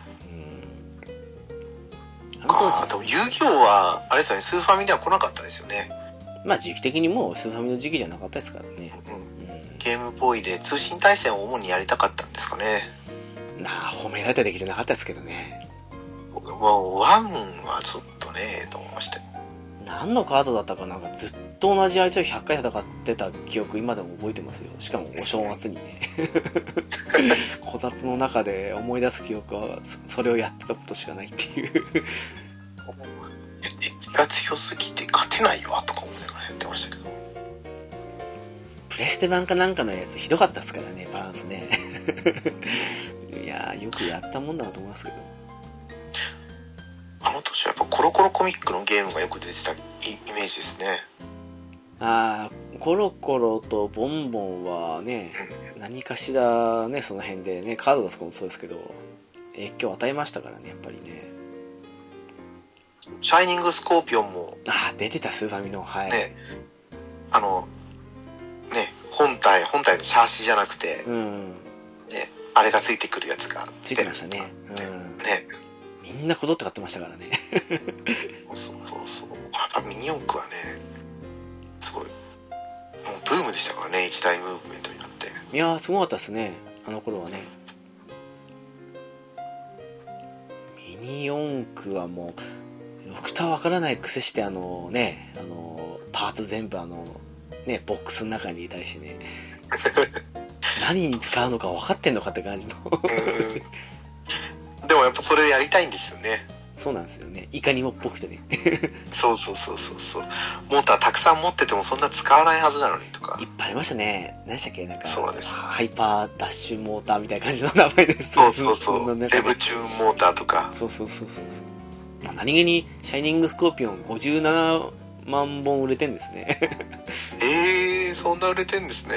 でも遊戯王はあれですよね、スーファミでは来なかったですよね。 まあ時期的にもうスーファミの時期じゃなかったですからね。 ゲームボーイで通信対戦を主にやりたかったんですかね。 褒められた出来じゃなかったですけどね。 もう1はちょっとねと思いましたよ。 何のカードだったかなんかずっと同じ相手と100回戦ってた記憶今でも覚えてますよ。しかもお正月にね。こたつの中で思い出す記憶はそれをやってたことしかないっていう。 敵が強すぎて勝てないわとか思いながらやってましたけど。 プレステ版かなんかのやつひどかったですからね、バランスね。いやーよくやったもんだなと思いますけど。 あの年はやっぱコロコロコミックのゲームがよく出てたイメージですね。 コロコロとボンボンはね、何かしらね、その辺でね、カード出すこともそうですけど、影響を与えましたからね、やっぱりね。 シャイニングスコーピオンも。 出てたスーファミの、はい。 ね、 本体のシャーシじゃなくて、 うんね、あれがついてくるやつがついてましたね、 ね。 みんなこぞって買ってましたからね。 そうやっぱミニ四駆はねすごいもうブームでしたからね、一大ムーブメントになって。 いやーすごかったですね、あの頃はね。ミニ四駆はもうドクターわからない癖してパーツ全部ボックスの中に入れたりしてね何に使うのか分かってんのかって感じのでもやっぱそれやりたいんですよね。 そうなんですよね、いかにもっぽくてねそうモーターたくさん持っててもそんな使わないはずなのにとかいっぱいありましたね。何でしたっけ、なんかそうなんです、 ハイパーダッシュモーターみたいな感じの名前です。 そうレブチューンモーターとか、 そう、何気にシャイニングスコーピオン57万本売れてんですねそんな売れてんですね。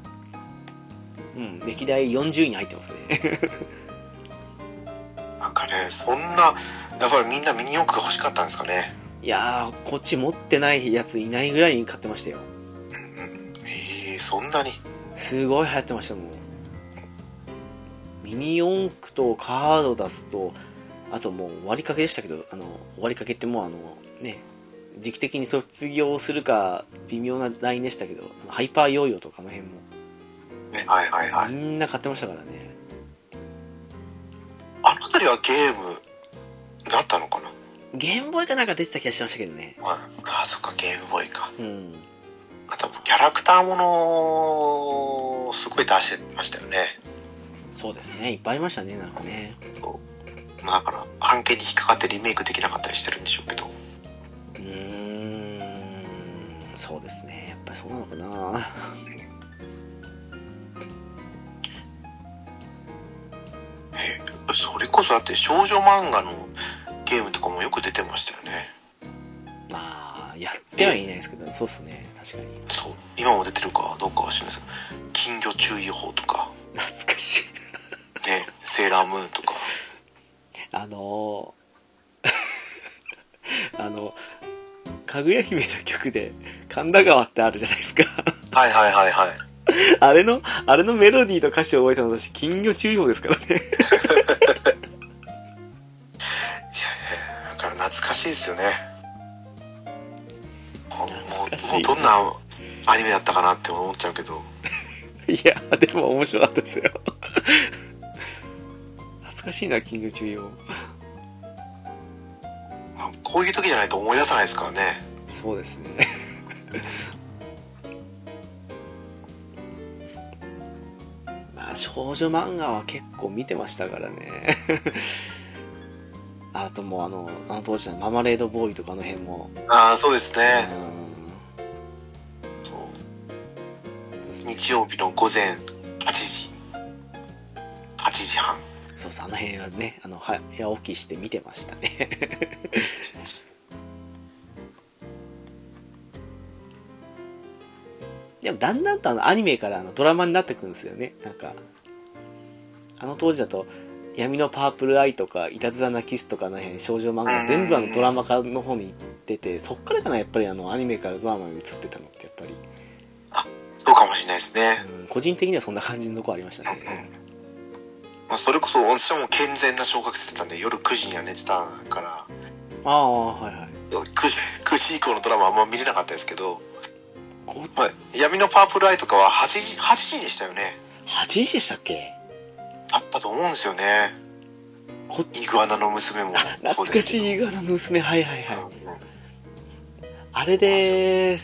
歴代40位に入ってますねなんかね、そんなやっぱりみんなミニ四駆が欲しかったんですかね。 いやー、こっち持ってないやついないぐらいに買ってましたよ。 そんなにすごい流行ってましたもん。ミニ四駆とカード出すと、あともう終わりかけでしたけど、終わりかけってもう時期的に卒業するか微妙なラインでしたけど、ハイパーヨーヨーとかの辺も、みんな買ってましたからね。 あの辺りはゲームだったのかな。 ゲームボーイかなんか出てた気がしましたけどね。 そっか、ゲームボーイか。 あとキャラクターものをすごい出してましたよね。 そうですね、いっぱいありましたね、なんかね。 だから案件に引っかかってリメイクできなかったりしてるんでしょうけど。 そうですね、やっぱりそうなのかなそれこそだって少女漫画のゲームとかもよく出てましたよね。 やってはいないですけど、そうっすね、確かに。 そう今も出てるかどうかは知らないですけど、金魚注意報とか懐かしいね、セーラームーンとかかぐや姫の曲で神田川ってあるじゃないですかはいあれのメロディーと歌詞を覚えたの私、金魚注意報ですからねいやだから懐かしいですよね。もうどんなアニメだったかなって思っちゃうけどいやでも面白かったですよ懐かしいな、金魚注意報。 こういう時じゃないと思い出さないですからね。 そうですね少女漫画は結構見てましたからねあともうあの当時のママレードボーイとかの辺も、 そうですね。日曜日の午前8時半。 そうそう、あの辺はね、早起きして見てましたねでもだんだんとアニメからドラマになってくるんですよね。なんか当時だと闇のパープルアイとかいたずらなキスとかの辺少女漫画全部ドラマ化の方に行ってて、そっからかな、やっぱりアニメからドラマに移ってたのってやっぱり。 そうかもしれないですね。 個人的にはそんな感じのとこありましたね。 それこそ私はもう健全な小学生だったんで夜9時には寝てたから、9時以降のドラマはあんま見れなかったですけど、闇のパープルアイとかは8時でしたよね。 8時でしたっけ？ だったと思うんですよね。イグアナの娘も懐かしいイグアナの娘、あれで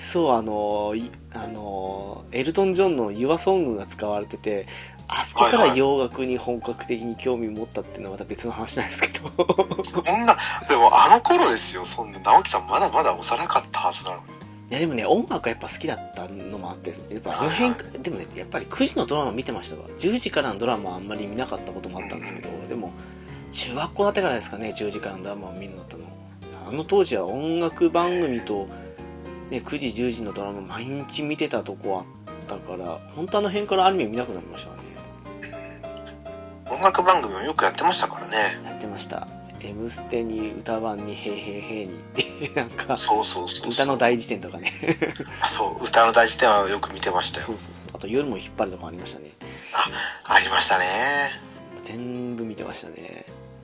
エルトン・ジョンの Your Song が使われてて、あそこから洋楽に本格的に興味持ったっていうのはまた別の話なんですけどそんな、でもあの頃ですよ、そんな直樹さんまだまだ幼かったはずなのに。 いやでもね、音楽はやっぱ好きだったのもあって、やっぱあの辺、でもね、やっぱり9時のドラマ見てましたわ。10時からのドラマはあんまり見なかったこともあったんですけど、でも中学校だってからですかね、10時からのドラマを見るのだったの。あの当時は音楽番組と、ね、9時10時のドラマ毎日見てたとこあったから、本当あの辺からアニメ見なくなりましたね。 音楽番組もよくやってましたからね。 やってました。Mステに歌番にへーへーへーにってなんかそうそうそうそう。 歌の大辞典とかねそう、歌の大辞典はよく見てましたよ。 そうそうそう。あと夜も引っ張るとかありましたね。 ありましたね。 全部見てましたね。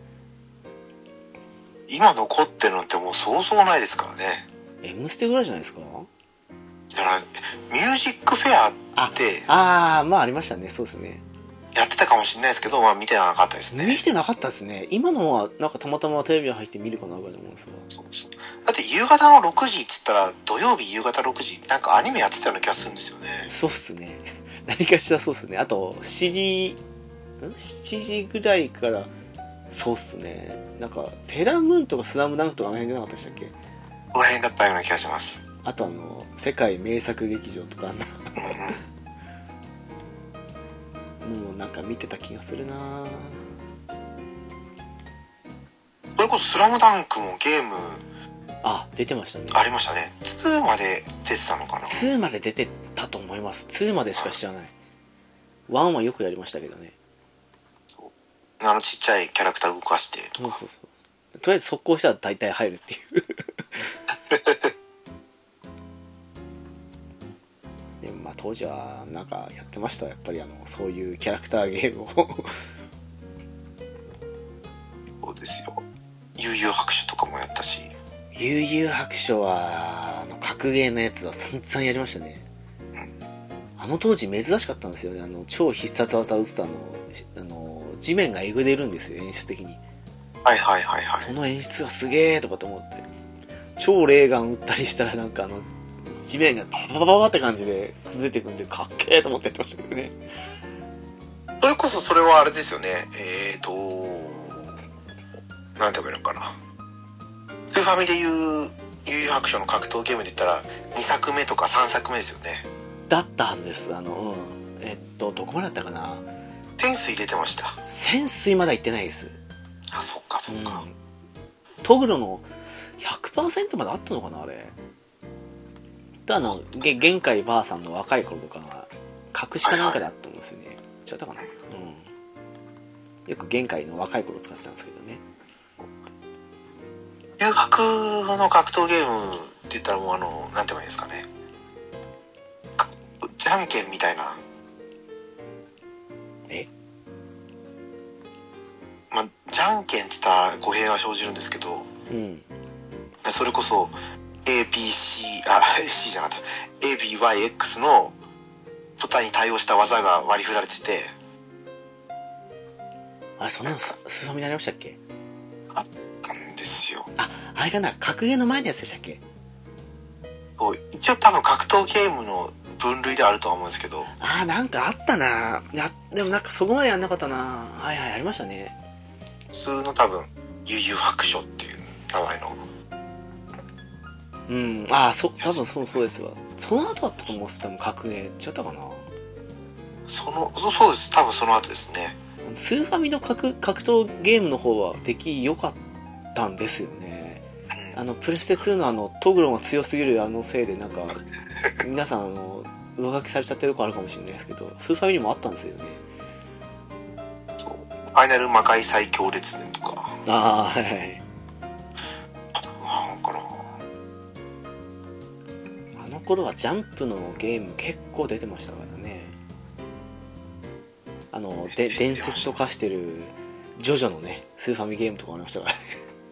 今残ってるのってもうそうそうないですからね。 M ステぐらいじゃないですか。 だからミュージックフェアってまあありましたね。そうですね。 やってたかもしれないですけど、まあ見てなかったですね。 見てなかったですね。今のはなんかたまたまテレビが入って見るかなぐらいだと思うんですよ。 そうそう。だって夕方の6時っつったら土曜日夕方6時なんかアニメやってたような気がするんですよね。 そうっすね。何かしらそうっすね。あと7時ぐらいからそうっすね。なんかセーラームーンとかスラムダンクとかあの辺じゃなかったでしたっけ。 この辺だったような気がします。 あと世界名作劇場とかもうなんか見てた気がするな。 それこそスラムダンクもゲーム出てましたね。 ありましたね。2まで出てたのかな。 2まで出てたと思います。2までしか知らない。1はよくやりましたけどね。 ちっちゃいキャラクター動かしてとか。 そうとりあえず速攻したら大体入るっていうでもまあ当時はなんかやってました。やっぱりそういうキャラクターゲームをそうですよ。悠々白書とかもやったし。 悠々白書は格ゲーのやつは散々やりましたね。当時珍しかったんですよね。超必殺技を打つと地面がえぐれるんですよ、演出的に。 はいはいはいはい。 その演出がすげーとかと思って、超レーガン打ったりしたらなんか地面がババババって感じで崩れていくんでかっけーと思ってやってましたけどね。 それこそそれはあれですよね。なんて言えばいいのかな。スーファミでいう悠々白書の格闘ゲームで言ったら2作目とか3作目ですよね。 だったはずです。どこまでだったかな。 天水出てました。 潜水まだ行ってないです。 あ、そっかそっか。 トグロの 100% まであったのかな、あれ。玄海ばあさんの若い頃とか隠しかなんかであったんですよね。違ったかな。よく玄海の若い頃使ってたんですけどね。 留学の格闘ゲームって言ったらもうなんて言えばいいんですかね。じゃんけんみたいな。じゃんけんって言ったら語弊が生じるんですけど、それこそ C じゃなかった ABYX のボタンに対応した技が割り振られてて、 あれそんなのスーファミになりましたっけ。 あったんですよ。 あれかな、格ゲーの前のやつでしたっけ。 一応多分格闘ゲームの分類ではあるとは思うんですけど。 なんかあったな。でもなんかそこまでやんなかったな。はいはい、ありましたね。 普通の多分悠々白書っていう名前の。 多分そうですわ。その後だったと思うんです。多分格ゲー違ったかな。 そうです。多分その後ですね。 スーファミの格闘ゲームの方は出来良かったんですよね。プレステ2のトグロが強すぎるせいでなんか皆さん上書きされちゃってるとこあるかもしれないですけど、スーファミにもあったんですよね。 そう。ファイナル魔界最強列伝とか。 はいはい。 あとなんかな。 あの頃はジャンプのゲーム結構出てましたからね。伝説と化してるジョジョのねスーファミゲームとかありましたからね。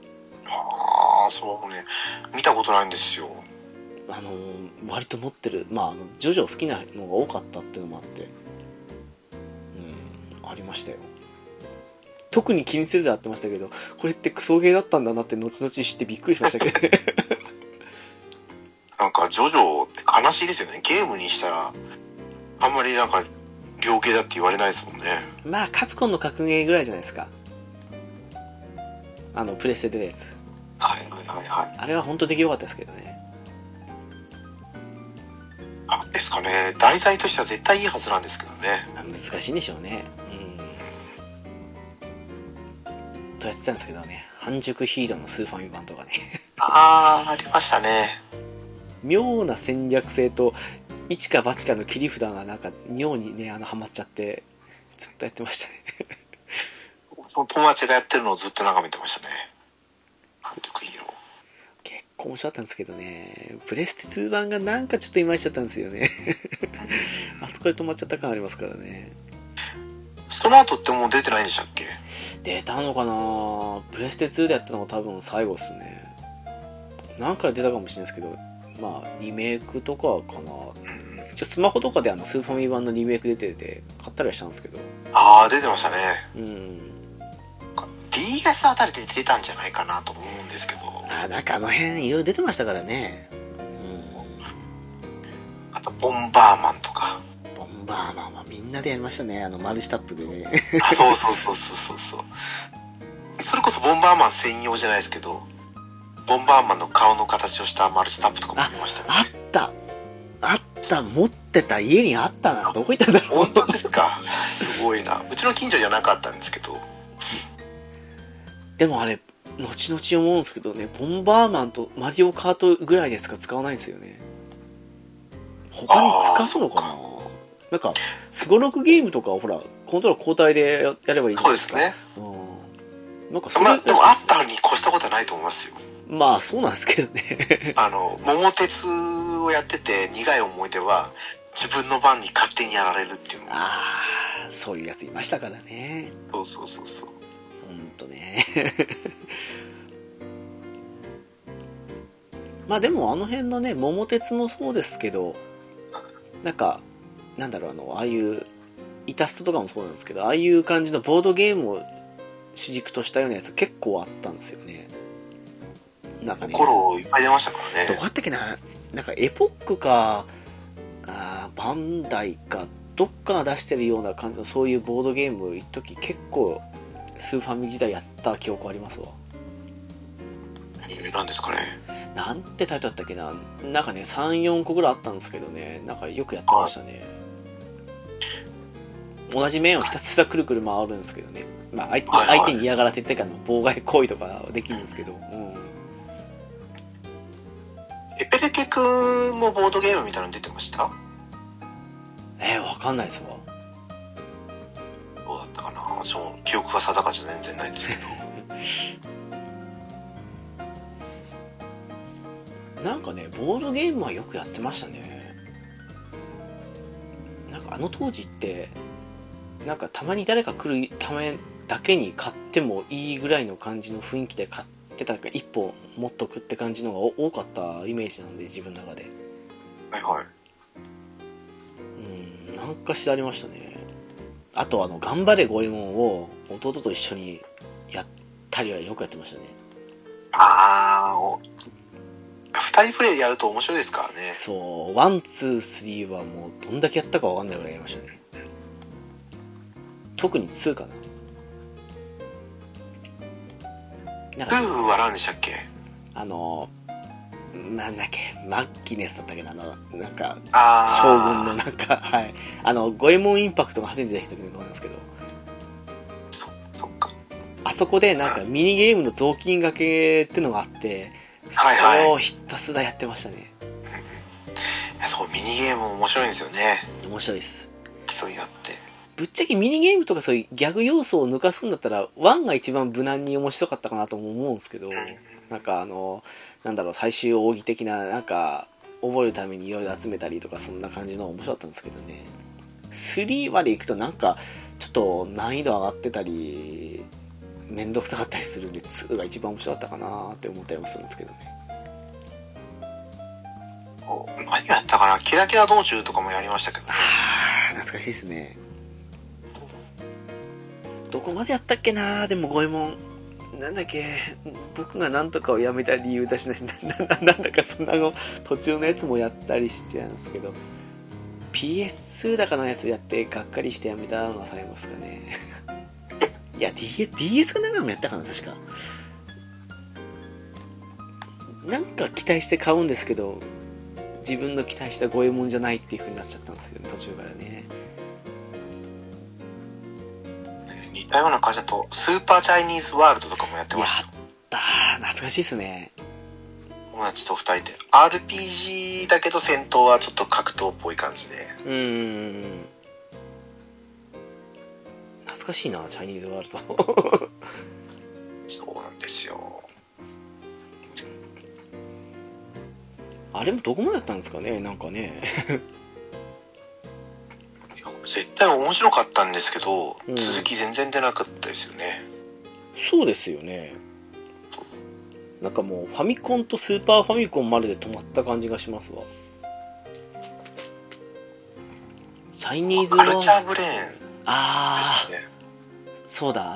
そうね、見たことないんですよ。 割と持ってる、ジョジョ好きなのが多かったっていうのもあって、ありましたよ。特に気にせずやってましたけど、これってクソゲーだったんだなって後々知ってびっくりしましたけどね。 なんかジョジョって悲しいですよね。ゲームにしたらあんまりなんか両ゲーだって言われないですもんね。 カプコンの格ゲーぐらいじゃないですか。プレステで出るやつ。 はいはいはいはい。 あれは本当出来良かったですけどね。 ですかね。題材としては絶対いいはずなんですけどね。 難しいんでしょうね。とやってたんですけどね。半熟ヒーローのスーファミ版とかね。 ありましたね。 妙な戦略性と一か八かの切り札がなんか妙にねハマっちゃってずっとやってましたね。 その友達がやってるのをずっと眺めてましたね。半熟ヒーロー。 結構面白かったんですけどね、プレステ2版がなんかちょっといまいちだったんですよねあそこで止まっちゃった感ありますからね。 その後ってもう出てないんでしたっけ？ 出たのかな。プレステ2でやったのが多分最後っすね。なんかで出たかもしれないですけど、まあリメイクとかかな。一応スマホとかでスーファミ版のリメイク出てて買ったりはしたんですけど。 ああ、出てましたね。 うん。 DS あたりで出たんじゃないかなと思うんですけど。 なんかあの辺いろいろ出てましたからね。 あとボンバーマンとか。 ボンバーマンはみんなでやりましたね。マルチタップでねあ、そうそうそうそうそう。それこそボンバーマン専用じゃないですけど、ボンバーマンの顔の形をしたマルチタップとかもありましたね。 あった持ってた、家にあったな。どこ行ったんだろう。 本当ですか？すごいな。うちの近所じゃなかったんですけど。 でもあれ後々思うんですけどね、ボンバーマンとマリオカートぐらいでしか使わないんですよね。他に使うのかな。なんかスゴロクゲームとかほらコントローラー交代でやればいいじゃないですか。 そうですね。 なんかそれ、 まあでもあったに越したことはないと思いますよ。 まあそうなんですけどね桃鉄をやってて苦い思い出は自分の番に勝手にやられるっていうの。 そういうやついましたからね。 そうそうそうそう。 ほんとねまあでもあの辺のね桃鉄もそうですけど、なんかなんだろう、ああいうイタストとかもそうなんですけど、ああいう感じのボードゲームを主軸としたようなやつ結構あったんですよね。なんかね、 頃いっぱい出ましたからね。 どこあったっけな、なんかエポックかバンダイかどっかが出してるような感じのそういうボードゲーム一時結構スーファミ時代やった記憶ありますわ。 何ですかね。 なんてタイトルだったっけな。なんかね 3,4 個ぐらいあったんですけどね、なんかよくやってましたね。同じ面をひたすらくるくる回るんですけどね、まあ相手に嫌がらせっていうか妨害行為とかできるんですけど、 エペレケ君もボードゲームみたいなの出てました？ わかんないですわ。 どうだったかな。その記憶が定かじゃ全然ないんですけどなんかねボードゲームはよくやってましたね。なんか当時ってなんかたまに誰か来るためだけに買ってもいいぐらいの感じの雰囲気で買ってたから一本持っとくって感じのが多かったイメージなんで、自分の中で。 はいはい。 なんかしらありましたね。あと頑張れ五右衛門を弟と一緒にやったりはよくやってましたね。 2人プレイでやると面白いですからね。 そう、ワンツースリーはもうどんだけやったかわかんないぐらいやりましたね。特に2かな。 ルーは何でしたっけ？ なんだっけ、マッキネスだったっけな、なんか将軍のなんか、はい、五右衛門インパクトが初めて出てきた時のところなんですけど、 そっか。 あそこでなんかミニゲームの雑巾掛けってのがあって、 はいはい、 それをひたすらやってましたね。 そう、ミニゲーム面白いんですよね。 面白いです。 競い合って。 ぶっちゃけミニゲームとかそういうギャグ要素を抜かすんだったら1が一番無難に面白かったかなとも思うんですけど、なんかなんだろう、最終奥義的ななんか覚えるためにいろいろ集めたりとか、そんな感じの面白かったんですけどね。3まで行くとなんかちょっと難易度上がってたりめんどくさかったりするんで、2が一番面白かったかなって思ったりもするんですけどね。 何やったかな、キラキラ道中とかもやりましたけどね。 懐かしいですね。どこまでやったっけな。でも五右衛門なんだっけ、僕が何とかをやめた理由だしなんだかそんなの途中のやつもやったりしてたんですけど、 PS2 だかのやつやってがっかりしてやめたのがされますかねいや DS かなんかもやったかな、確か。なんか期待して買うんですけど、自分の期待した五右衛門じゃないっていう風になっちゃったんですよね、途中からね。 似たような感じだとスーパーチャイニーズワールドとかもやってました。 やったー、懐かしいっすね。 友達と2人で RPG だけど戦闘はちょっと格闘っぽい感じで。 懐かしいな、チャイニーズワールドそうなんですよ。 あれもどこまでやったんですかね、なんかね。 絶対面白かったんですけど、 うん続き全然出なかったですよね。 そうですよね。なんかもうファミコンとスーパーファミコンまでで止まった感じがしますわ。チャイニーズカルチャーブレーンあですね。 そうだ、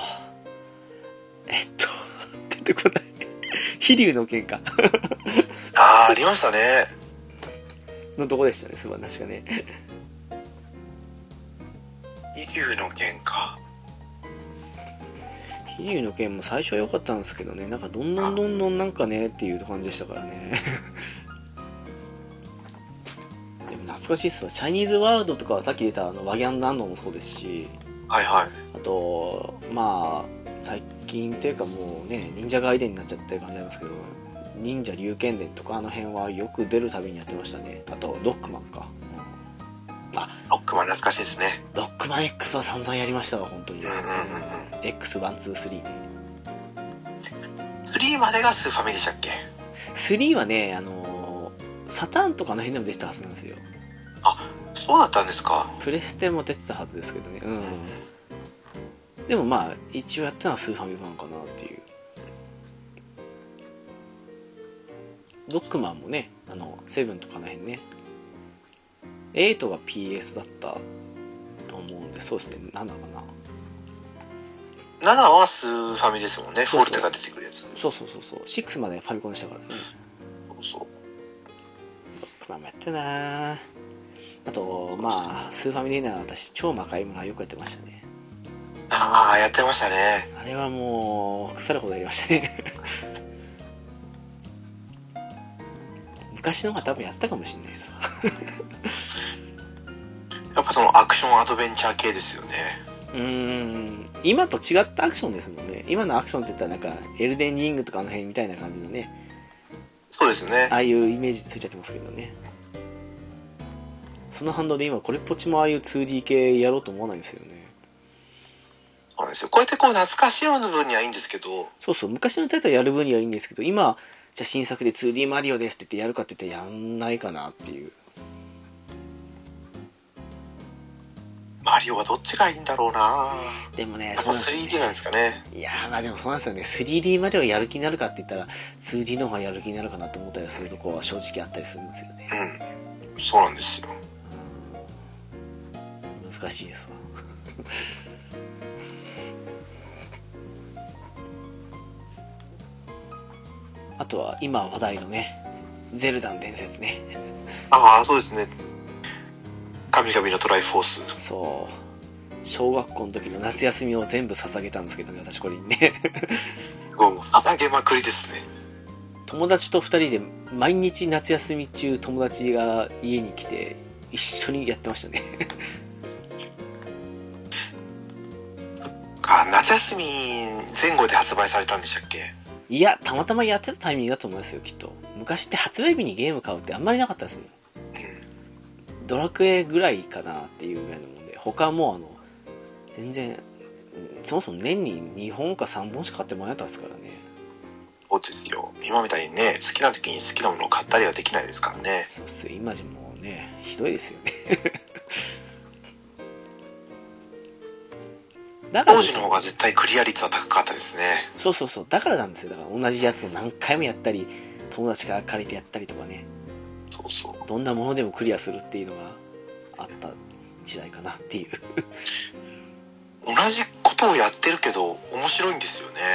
出てこない。飛龍の剣か。 ありましたね。 のとこでしたね、そういえば確かね。 飛龍の剣か。 飛龍の剣も最初は良かったんですけどね、なんかどんどんなんかねっていう感じでしたからね。でも懐かしいっすわ。チャイニーズワールドとかはさっき出たワギャンランドもそうですし、 はいはい。 あとまあ最近っていうかもうね、忍者ガイデンになっちゃってる感じありますけど、忍者龍剣伝とかあの辺はよく出るたびにやってましたね。あとロックマンか、 ロックマン懐かしいですね。 ロックマン X は散々やりましたわ本当に。 うんうんうんうん。 X123 ね。 3までがスーファミでしたっけ？ 3はね、サターンとかの辺でも出てたはずなんですよ。 そうだったんですか。 プレステも出てたはずですけどね。でもまあ一応やったのはスーファミ版かなっていう。ロックマンもね、セブンとかの辺ね、8が PS だったと思うんで、そうですね、7かな。 7はスーファミですもんね。フォルテが出てくるやつ。 そう6までファミコンでしたからね。 そう。 ロックマンもやってなぁ。あとまあスーファミで言うなら私超魔界村よくやってましたね。 やってましたね。 あれはもう腐るほどやりましたね。昔の方が多分やってたかもしれないですわ。 やっぱそのアクションアドベンチャー系ですよね。 今と違ったアクションですもんね。今のアクションって言ったらなんかエルデンリングとかの辺みたいな感じのね、 そうですね。 ああいうイメージついちゃってますけどね。その反動で今これっぽっちもああいう 2D 系やろうと思わないんですよね。 そうなんですよ。こうやってこう懐かしいの部分にはいいんですけど、 そう昔のタイトルやる分にはいいんですけど、今じゃあ新作で 2D マリオですって言ってやるかって言ってやんないかなっていう。 マリオはどっちがいいんだろうな。 でもね、 そうなんですよね。3D なんですかね。 いやーまあでもそうなんですよね。3D マリオやる気になるかって言ったら 2D の方がやる気になるかなと思ったりするとこは正直あったりするんですよね。 そうなんですよ。 難しいですわ。あとは今話題のね、ゼルダの伝説ね。 そうですね。神々のトライフォース。 そう。小学校の時の夏休みを全部捧げたんですけどね、私これにね。 もう捧げまくりですね。 友達と2人で毎日夏休み中友達が家に来て一緒にやってましたね。 夏休み前後で発売されたんでしたっけ？ いや、たまたまやってたタイミングだと思いますよ、きっと。昔って発売日にゲーム買うってあんまりなかったですもん。ドラクエぐらいかなっていうぐらいのもんで、他はもう全然、そもそも年に2本か3本しか買ってもらえなかったですからね。 そうですよ。今みたいにね、好きな時に好きなものを買ったりはできないですからね。 そうっすよ、今じゃもうね、ひどいですよね。だから当時の方が絶対クリア率は高かったですね。 そうだからなんですよ。だから同じやつを何回もやったり、友達から借りてやったりとかね、どんなものでもクリアするっていうのがあった時代かなっていう。 同じことをやってるけど面白いんですよね。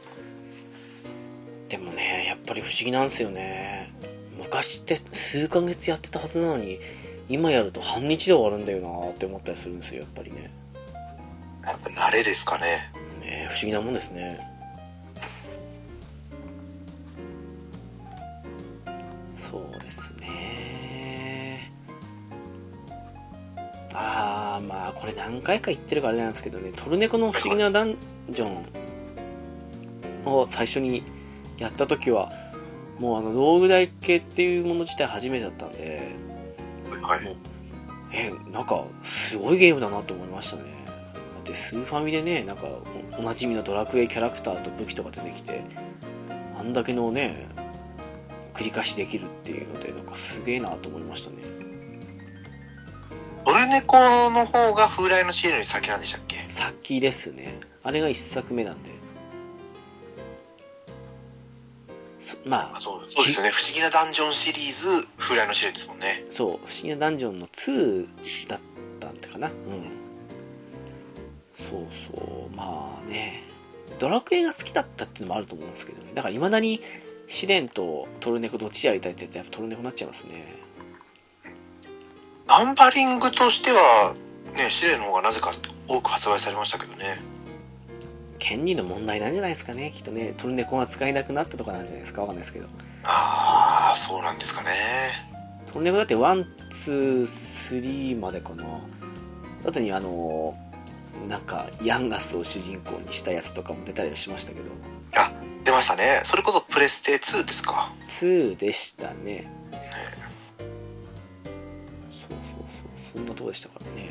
でもね、やっぱり不思議なんですよね。昔って数ヶ月やってたはずなのに、今やると半日で終わるんだよなって思ったりするんですよ、やっぱりね。 やっぱ慣れですかね。 不思議なもんですね。そうですね。まあこれ何回か言ってるからあれなんですけどね、トルネコの不思議なダンジョンを最初にやった時はもうローグライ系っていうもの自体初めてだったんで、もうなんかすごいゲームだなと思いましたね。だってスーファミでね、なんかおなじみのドラクエキャラクターと武器とか出てきて、あんだけのね繰り返しできるっていうので、なんかすげえなと思いましたね。 トルネコの方が風来のシールより先なんでしたっけ？ 先ですね。あれが1作目なんで。まあそうですよね。不思議なダンジョンシリーズ風来のシールですもんね。 そう、不思議なダンジョンの2だったんだかな。うん。そうそう、まあね、ドラクエが好きだったっていうのもあると思うんですけどね。だから未だに試練とトルネコどっちやりたいって言ったらやっぱトルネコになっちゃいますね。 ナンバリングとしてはね、試練の方がなぜか多く発売されましたけどね。 権利の問題なんじゃないですかね、きっとね。トルネコが使えなくなったとかなんじゃないですか、わかんないですけど。 ああ、そうなんですかね。 トルネコだって1、2、3までかな。あとになんかヤンガスを主人公にしたやつとかも出たりはしましたけど。 あ、出ましたね。それこそプレステ2ですか。 2でしたね。そうそうそう、そんなとこでしたからね。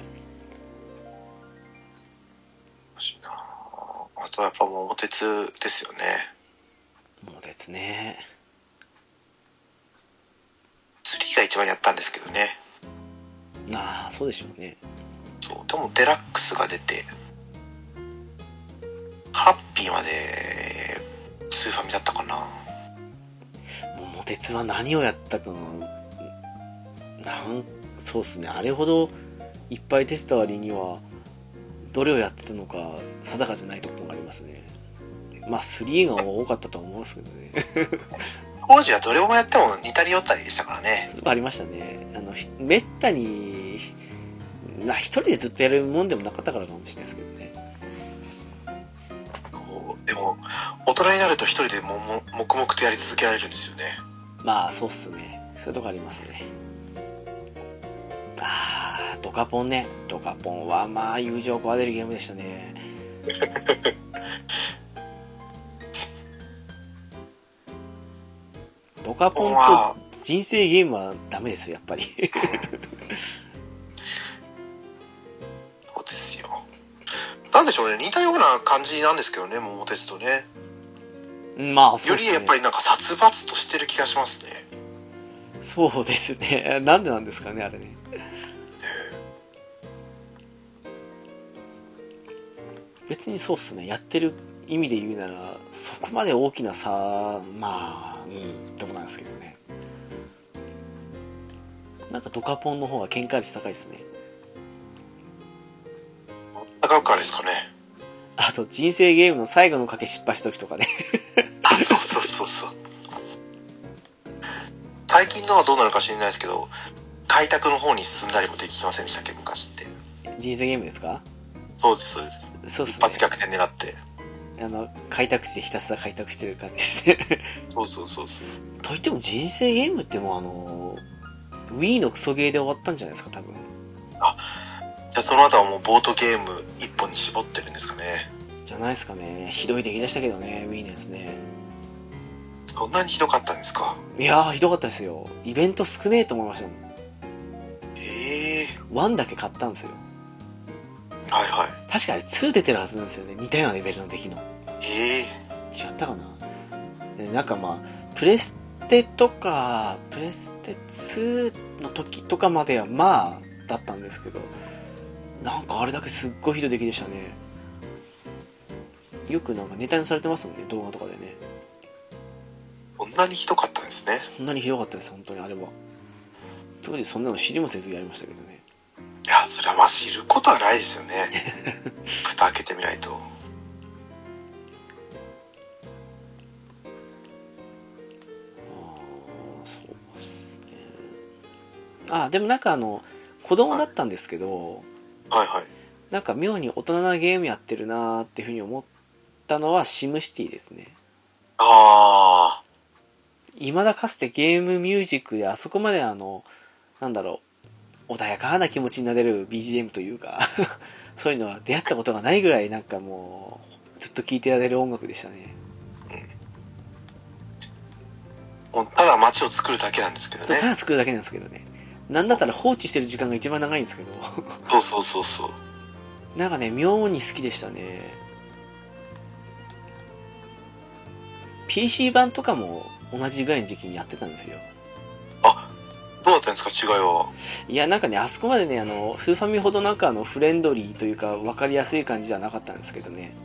あとはやっぱ桃鉄ですよね。 桃鉄ね。 3が一番やったんですけどね。 ああ、そうでしょうね。 そう、でもデラックスが出て、ハッピーまでスーファミだったかな。 桃鉄は何をやったかそうっすね、あれほどいっぱい出てた割にはどれをやってたのか定かじゃないところがありますね。まあ3が多かったと思いますけどね。 当時はどれをやっても似たり寄ったりでしたからね。 それがありましたね。めったにまあ一人でずっとやるもんでもなかったからかもしれないですけどね。 でも大人になると一人で黙々とやり続けられるんですよね。 まあそうっすね、そういうとこありますね。ああ、ドカポンね。ドカポンはまあ友情を壊れるゲームでしたね。ドカポンと人生ゲームはダメですよ、やっぱり。 そうですよ。なんでしょうね、似たような感じなんですけどね、桃鉄とね。 まあそうですね。 よりやっぱりなんか殺伐としてる気がしますね。 そうですね。なんでなんですかね、あれね。別にそうっすね。やってる意味で言うなら、そこまで大きな差、まあ、でもなんですけどね。なんかドカポンの方が喧嘩率高いですね。 高うからですかね。 あと、人生ゲームの最後の賭け失敗した時とかね。 あ、そうそうそうそう。最近のはどうなのか知らないですけど、開拓の方に進んだりもできませんでしたっけ、昔って。 人生ゲームですか？ そうです、そうです。 そうっすね。 一発逆転狙って。 開拓してひたすら開拓してる感じですね。 そうそうそうそう。 といっても人生ゲームってもうWii のクソゲーで終わったんじゃないですか、多分。 あ、じゃあその後はもうボートゲーム一本に絞ってるんですかね。 じゃないですかね。ひどい出来でしたけどね、Wii のやつね。 そんなにひどかったんですか？ いやー、ひどかったですよ。イベント少ねえと思いましたもん。1だけ買ったんですよ。 はいはい。 確かあれ2出てるはずなんですよね。似たようなレベルの出来の。違ったかな。なんかまあ、プレステとか、プレステ2の時とかまではまあ、だったんですけど、なんかあれだけすっごいひどい出来でしたね。よくなんかネタにされてますもんね、動画とかでね。 こんなにひどかったんですね。 そんなにひどかったです、本当にあれは。当時そんなの知りもせずやりましたけどね。 いや、それはまあ知ることはないですよね。蓋開けてみないと。 そうっすね。でもなんか子供だったんですけど、 はいはい。 なんか妙に大人なゲームやってるなーっていうふうに思ったのはシムシティですね。 ああ。 未だかつてゲームミュージックであそこまでなんだろう、穏やかな気持ちになれる BGM というかそういうのは出会ったことがないぐらいなんかもうずっと聴いてられる音楽でしたね。 もうただ街を作るだけなんですけどね。 そう、ただ作るだけなんですけどね。なんだったら放置してる時間が一番長いんですけどそうそうそうそう。 なんかね、妙に好きでしたね。PC 版とかも同じぐらいの時期にやってたんですよ。 あ、どうだったんですか、違いは。 いや、なんかね、あそこまでね、スーファミほどなんかフレンドリーというか、分かりやすい感じじゃなかったんですけどね。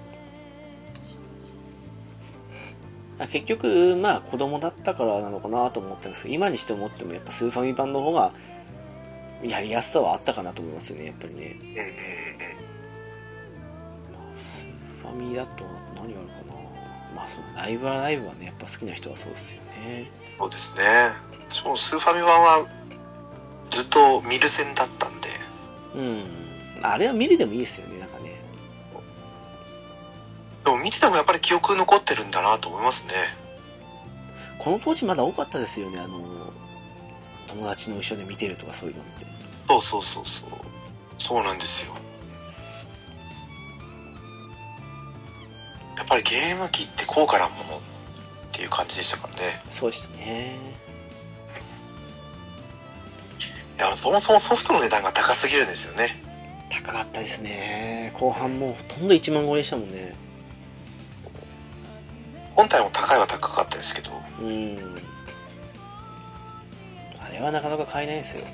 結局、まあ、子供だったからなのかなと思ったんですけど、今にして思っても、やっぱスーファミ版の方が、やりやすさはあったかなと思いますよね、やっぱりね。まあ、スーファミだと何があるかな。まあ、そのライブはね、やっぱ好きな人はそうですよね。 そうですね。そのスーファミ版はずっと見る線だったんで。 うん。あれは見るでもいいですよね、なんかね。 でも見ててもやっぱり記憶残ってるんだなと思いますね。 この当時まだ多かったですよね、友達の後ろで見てるとかそういうのって。 そう。そうなんですよ。やっぱりゲーム機って高価なものっていう感じでしたからね。 そうでしたね。 いや、そもそもソフトの値段が高すぎるんですよね。 高かったですね。後半もうほとんど1万超えでしたもんね。 本体も高いは高かったですけど。 あれはなかなか買えないですよ。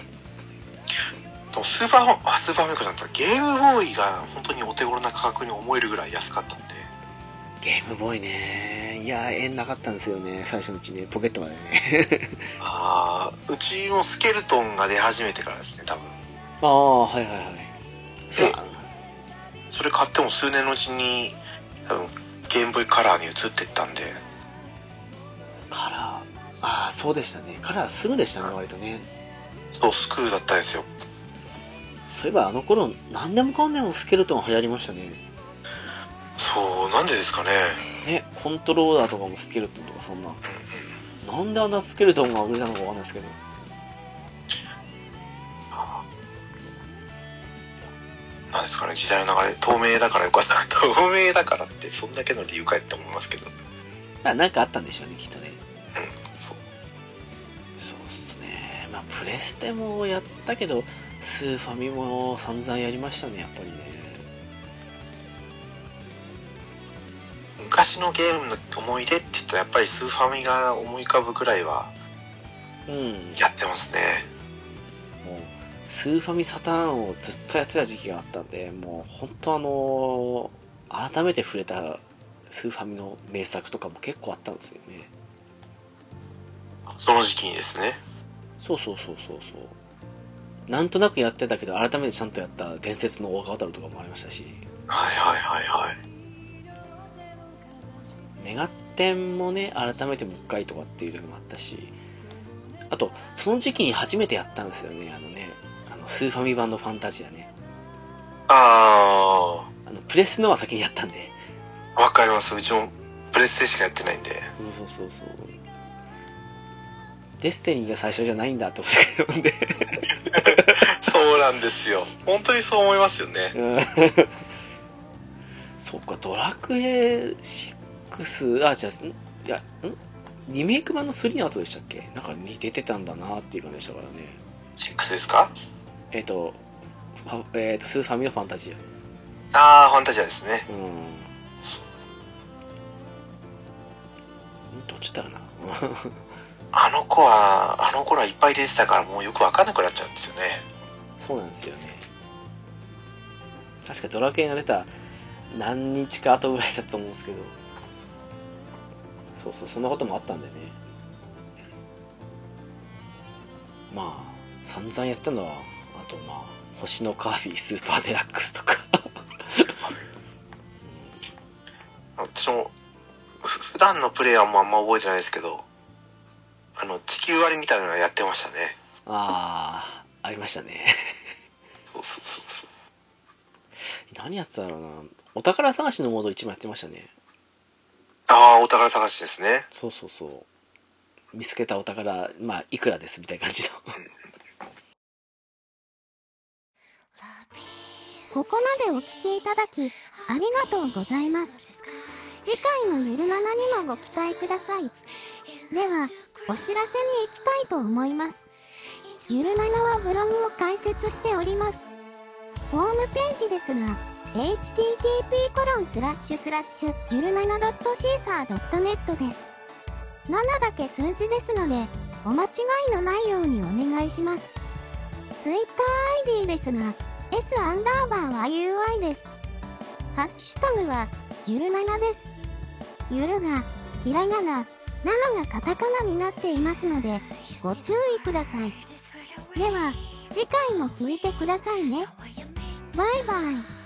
スーパーファミコンだったらゲームボーイが本当にお手頃な価格に思えるぐらい安かったんで。 ゲームボーイね。いや、縁なかったんですよね、最初のうちね、ポケットまでね。 うちもスケルトンが出始めてからですね、多分。 はい。そう。 それ買っても数年のうちに、多分、ゲームボーイカラーに移っていったんで。 カラー、そうでしたね。カラーすぐでしたね、割とね。 そう、スクーだったんですよ。 そういえばあの頃、何でもかんでもスケルトン流行りましたね。 そう、なんでですかね。 ね、コントローラーとかもスケルトンとかそんな。なんであんなスケルトンが売れたのかわかんないですけど。 なんですかね、時代の流れ、透明だからよかった。透明だからってそんだけの理由かいって思いますけど。 なんかあったんでしょうね、きっとね。 そうっすね。まあ、プレステもやったけど、スーファミも散々やりましたね、やっぱりね。 昔のゲームの思い出って言ったらやっぱりスーファミが思い浮かぶぐらいはやってますね。 もうスーファミサターンをずっとやってた時期があったんで、もう本当改めて触れたスーファミの名作とかも結構あったんですよね。 その時期にですね。 そう。なんとなくやってたけど改めてちゃんとやった伝説の大川渡るとかもありましたし。 はい。 メガテンもね、改めてもう一回とかっていうのもあったし、あとその時期に初めてやったんですよね、スーファミ版のファンタジアね。プレステのは先にやったんで。 わかります。うちもプレステしかやってないんで。 そう。デスティニーが最初じゃないんだって思ってたんで。 そうなんですよ。本当にそう思いますよね。 そうか、ドラクエ6、リメイク版の3の後でしたっけ？なんか似ててたんだなっていう感じでしたからね。 6ですか？ スーファミのファンタジア。ファンタジアですね。 どっちだろうな。 あの頃はいっぱい出てたからもうよくわかんなくなっちゃうんですよね。 そうなんですよね。確かドラクエが出た何日か後ぐらいだと思うんですけど。そんなこともあったんでね。まあ散々やってたのは、あと星のカービィスーパーデラックスとか。 私も普段のプレイはもうあんま覚えてないですけど、地球割りみたいなのやってましたね。 ありましたね。 そう。 何やってただろうな。お宝探しのモード1枚やってましたね。 お宝探しですね。 そう。見つけたお宝、いくらですみたいな感じの。 ここまでお聞きいただき、ありがとうございます。次回のゆるななにもご期待ください。では、お知らせに行きたいと思います。ゆるななはブログを開設しております。ホームページですが、http:// ゆるなな.シーサー.net です。 7だけ数字ですので、お間違いのないようにお願いします。TwitterID ですが、S_YUI です。ハッシュタグは、ゆる7です。ゆるが、ひらがな、7がカタカナになっていますので、ご注意ください。では、次回も聞いてくださいね。バイバイ。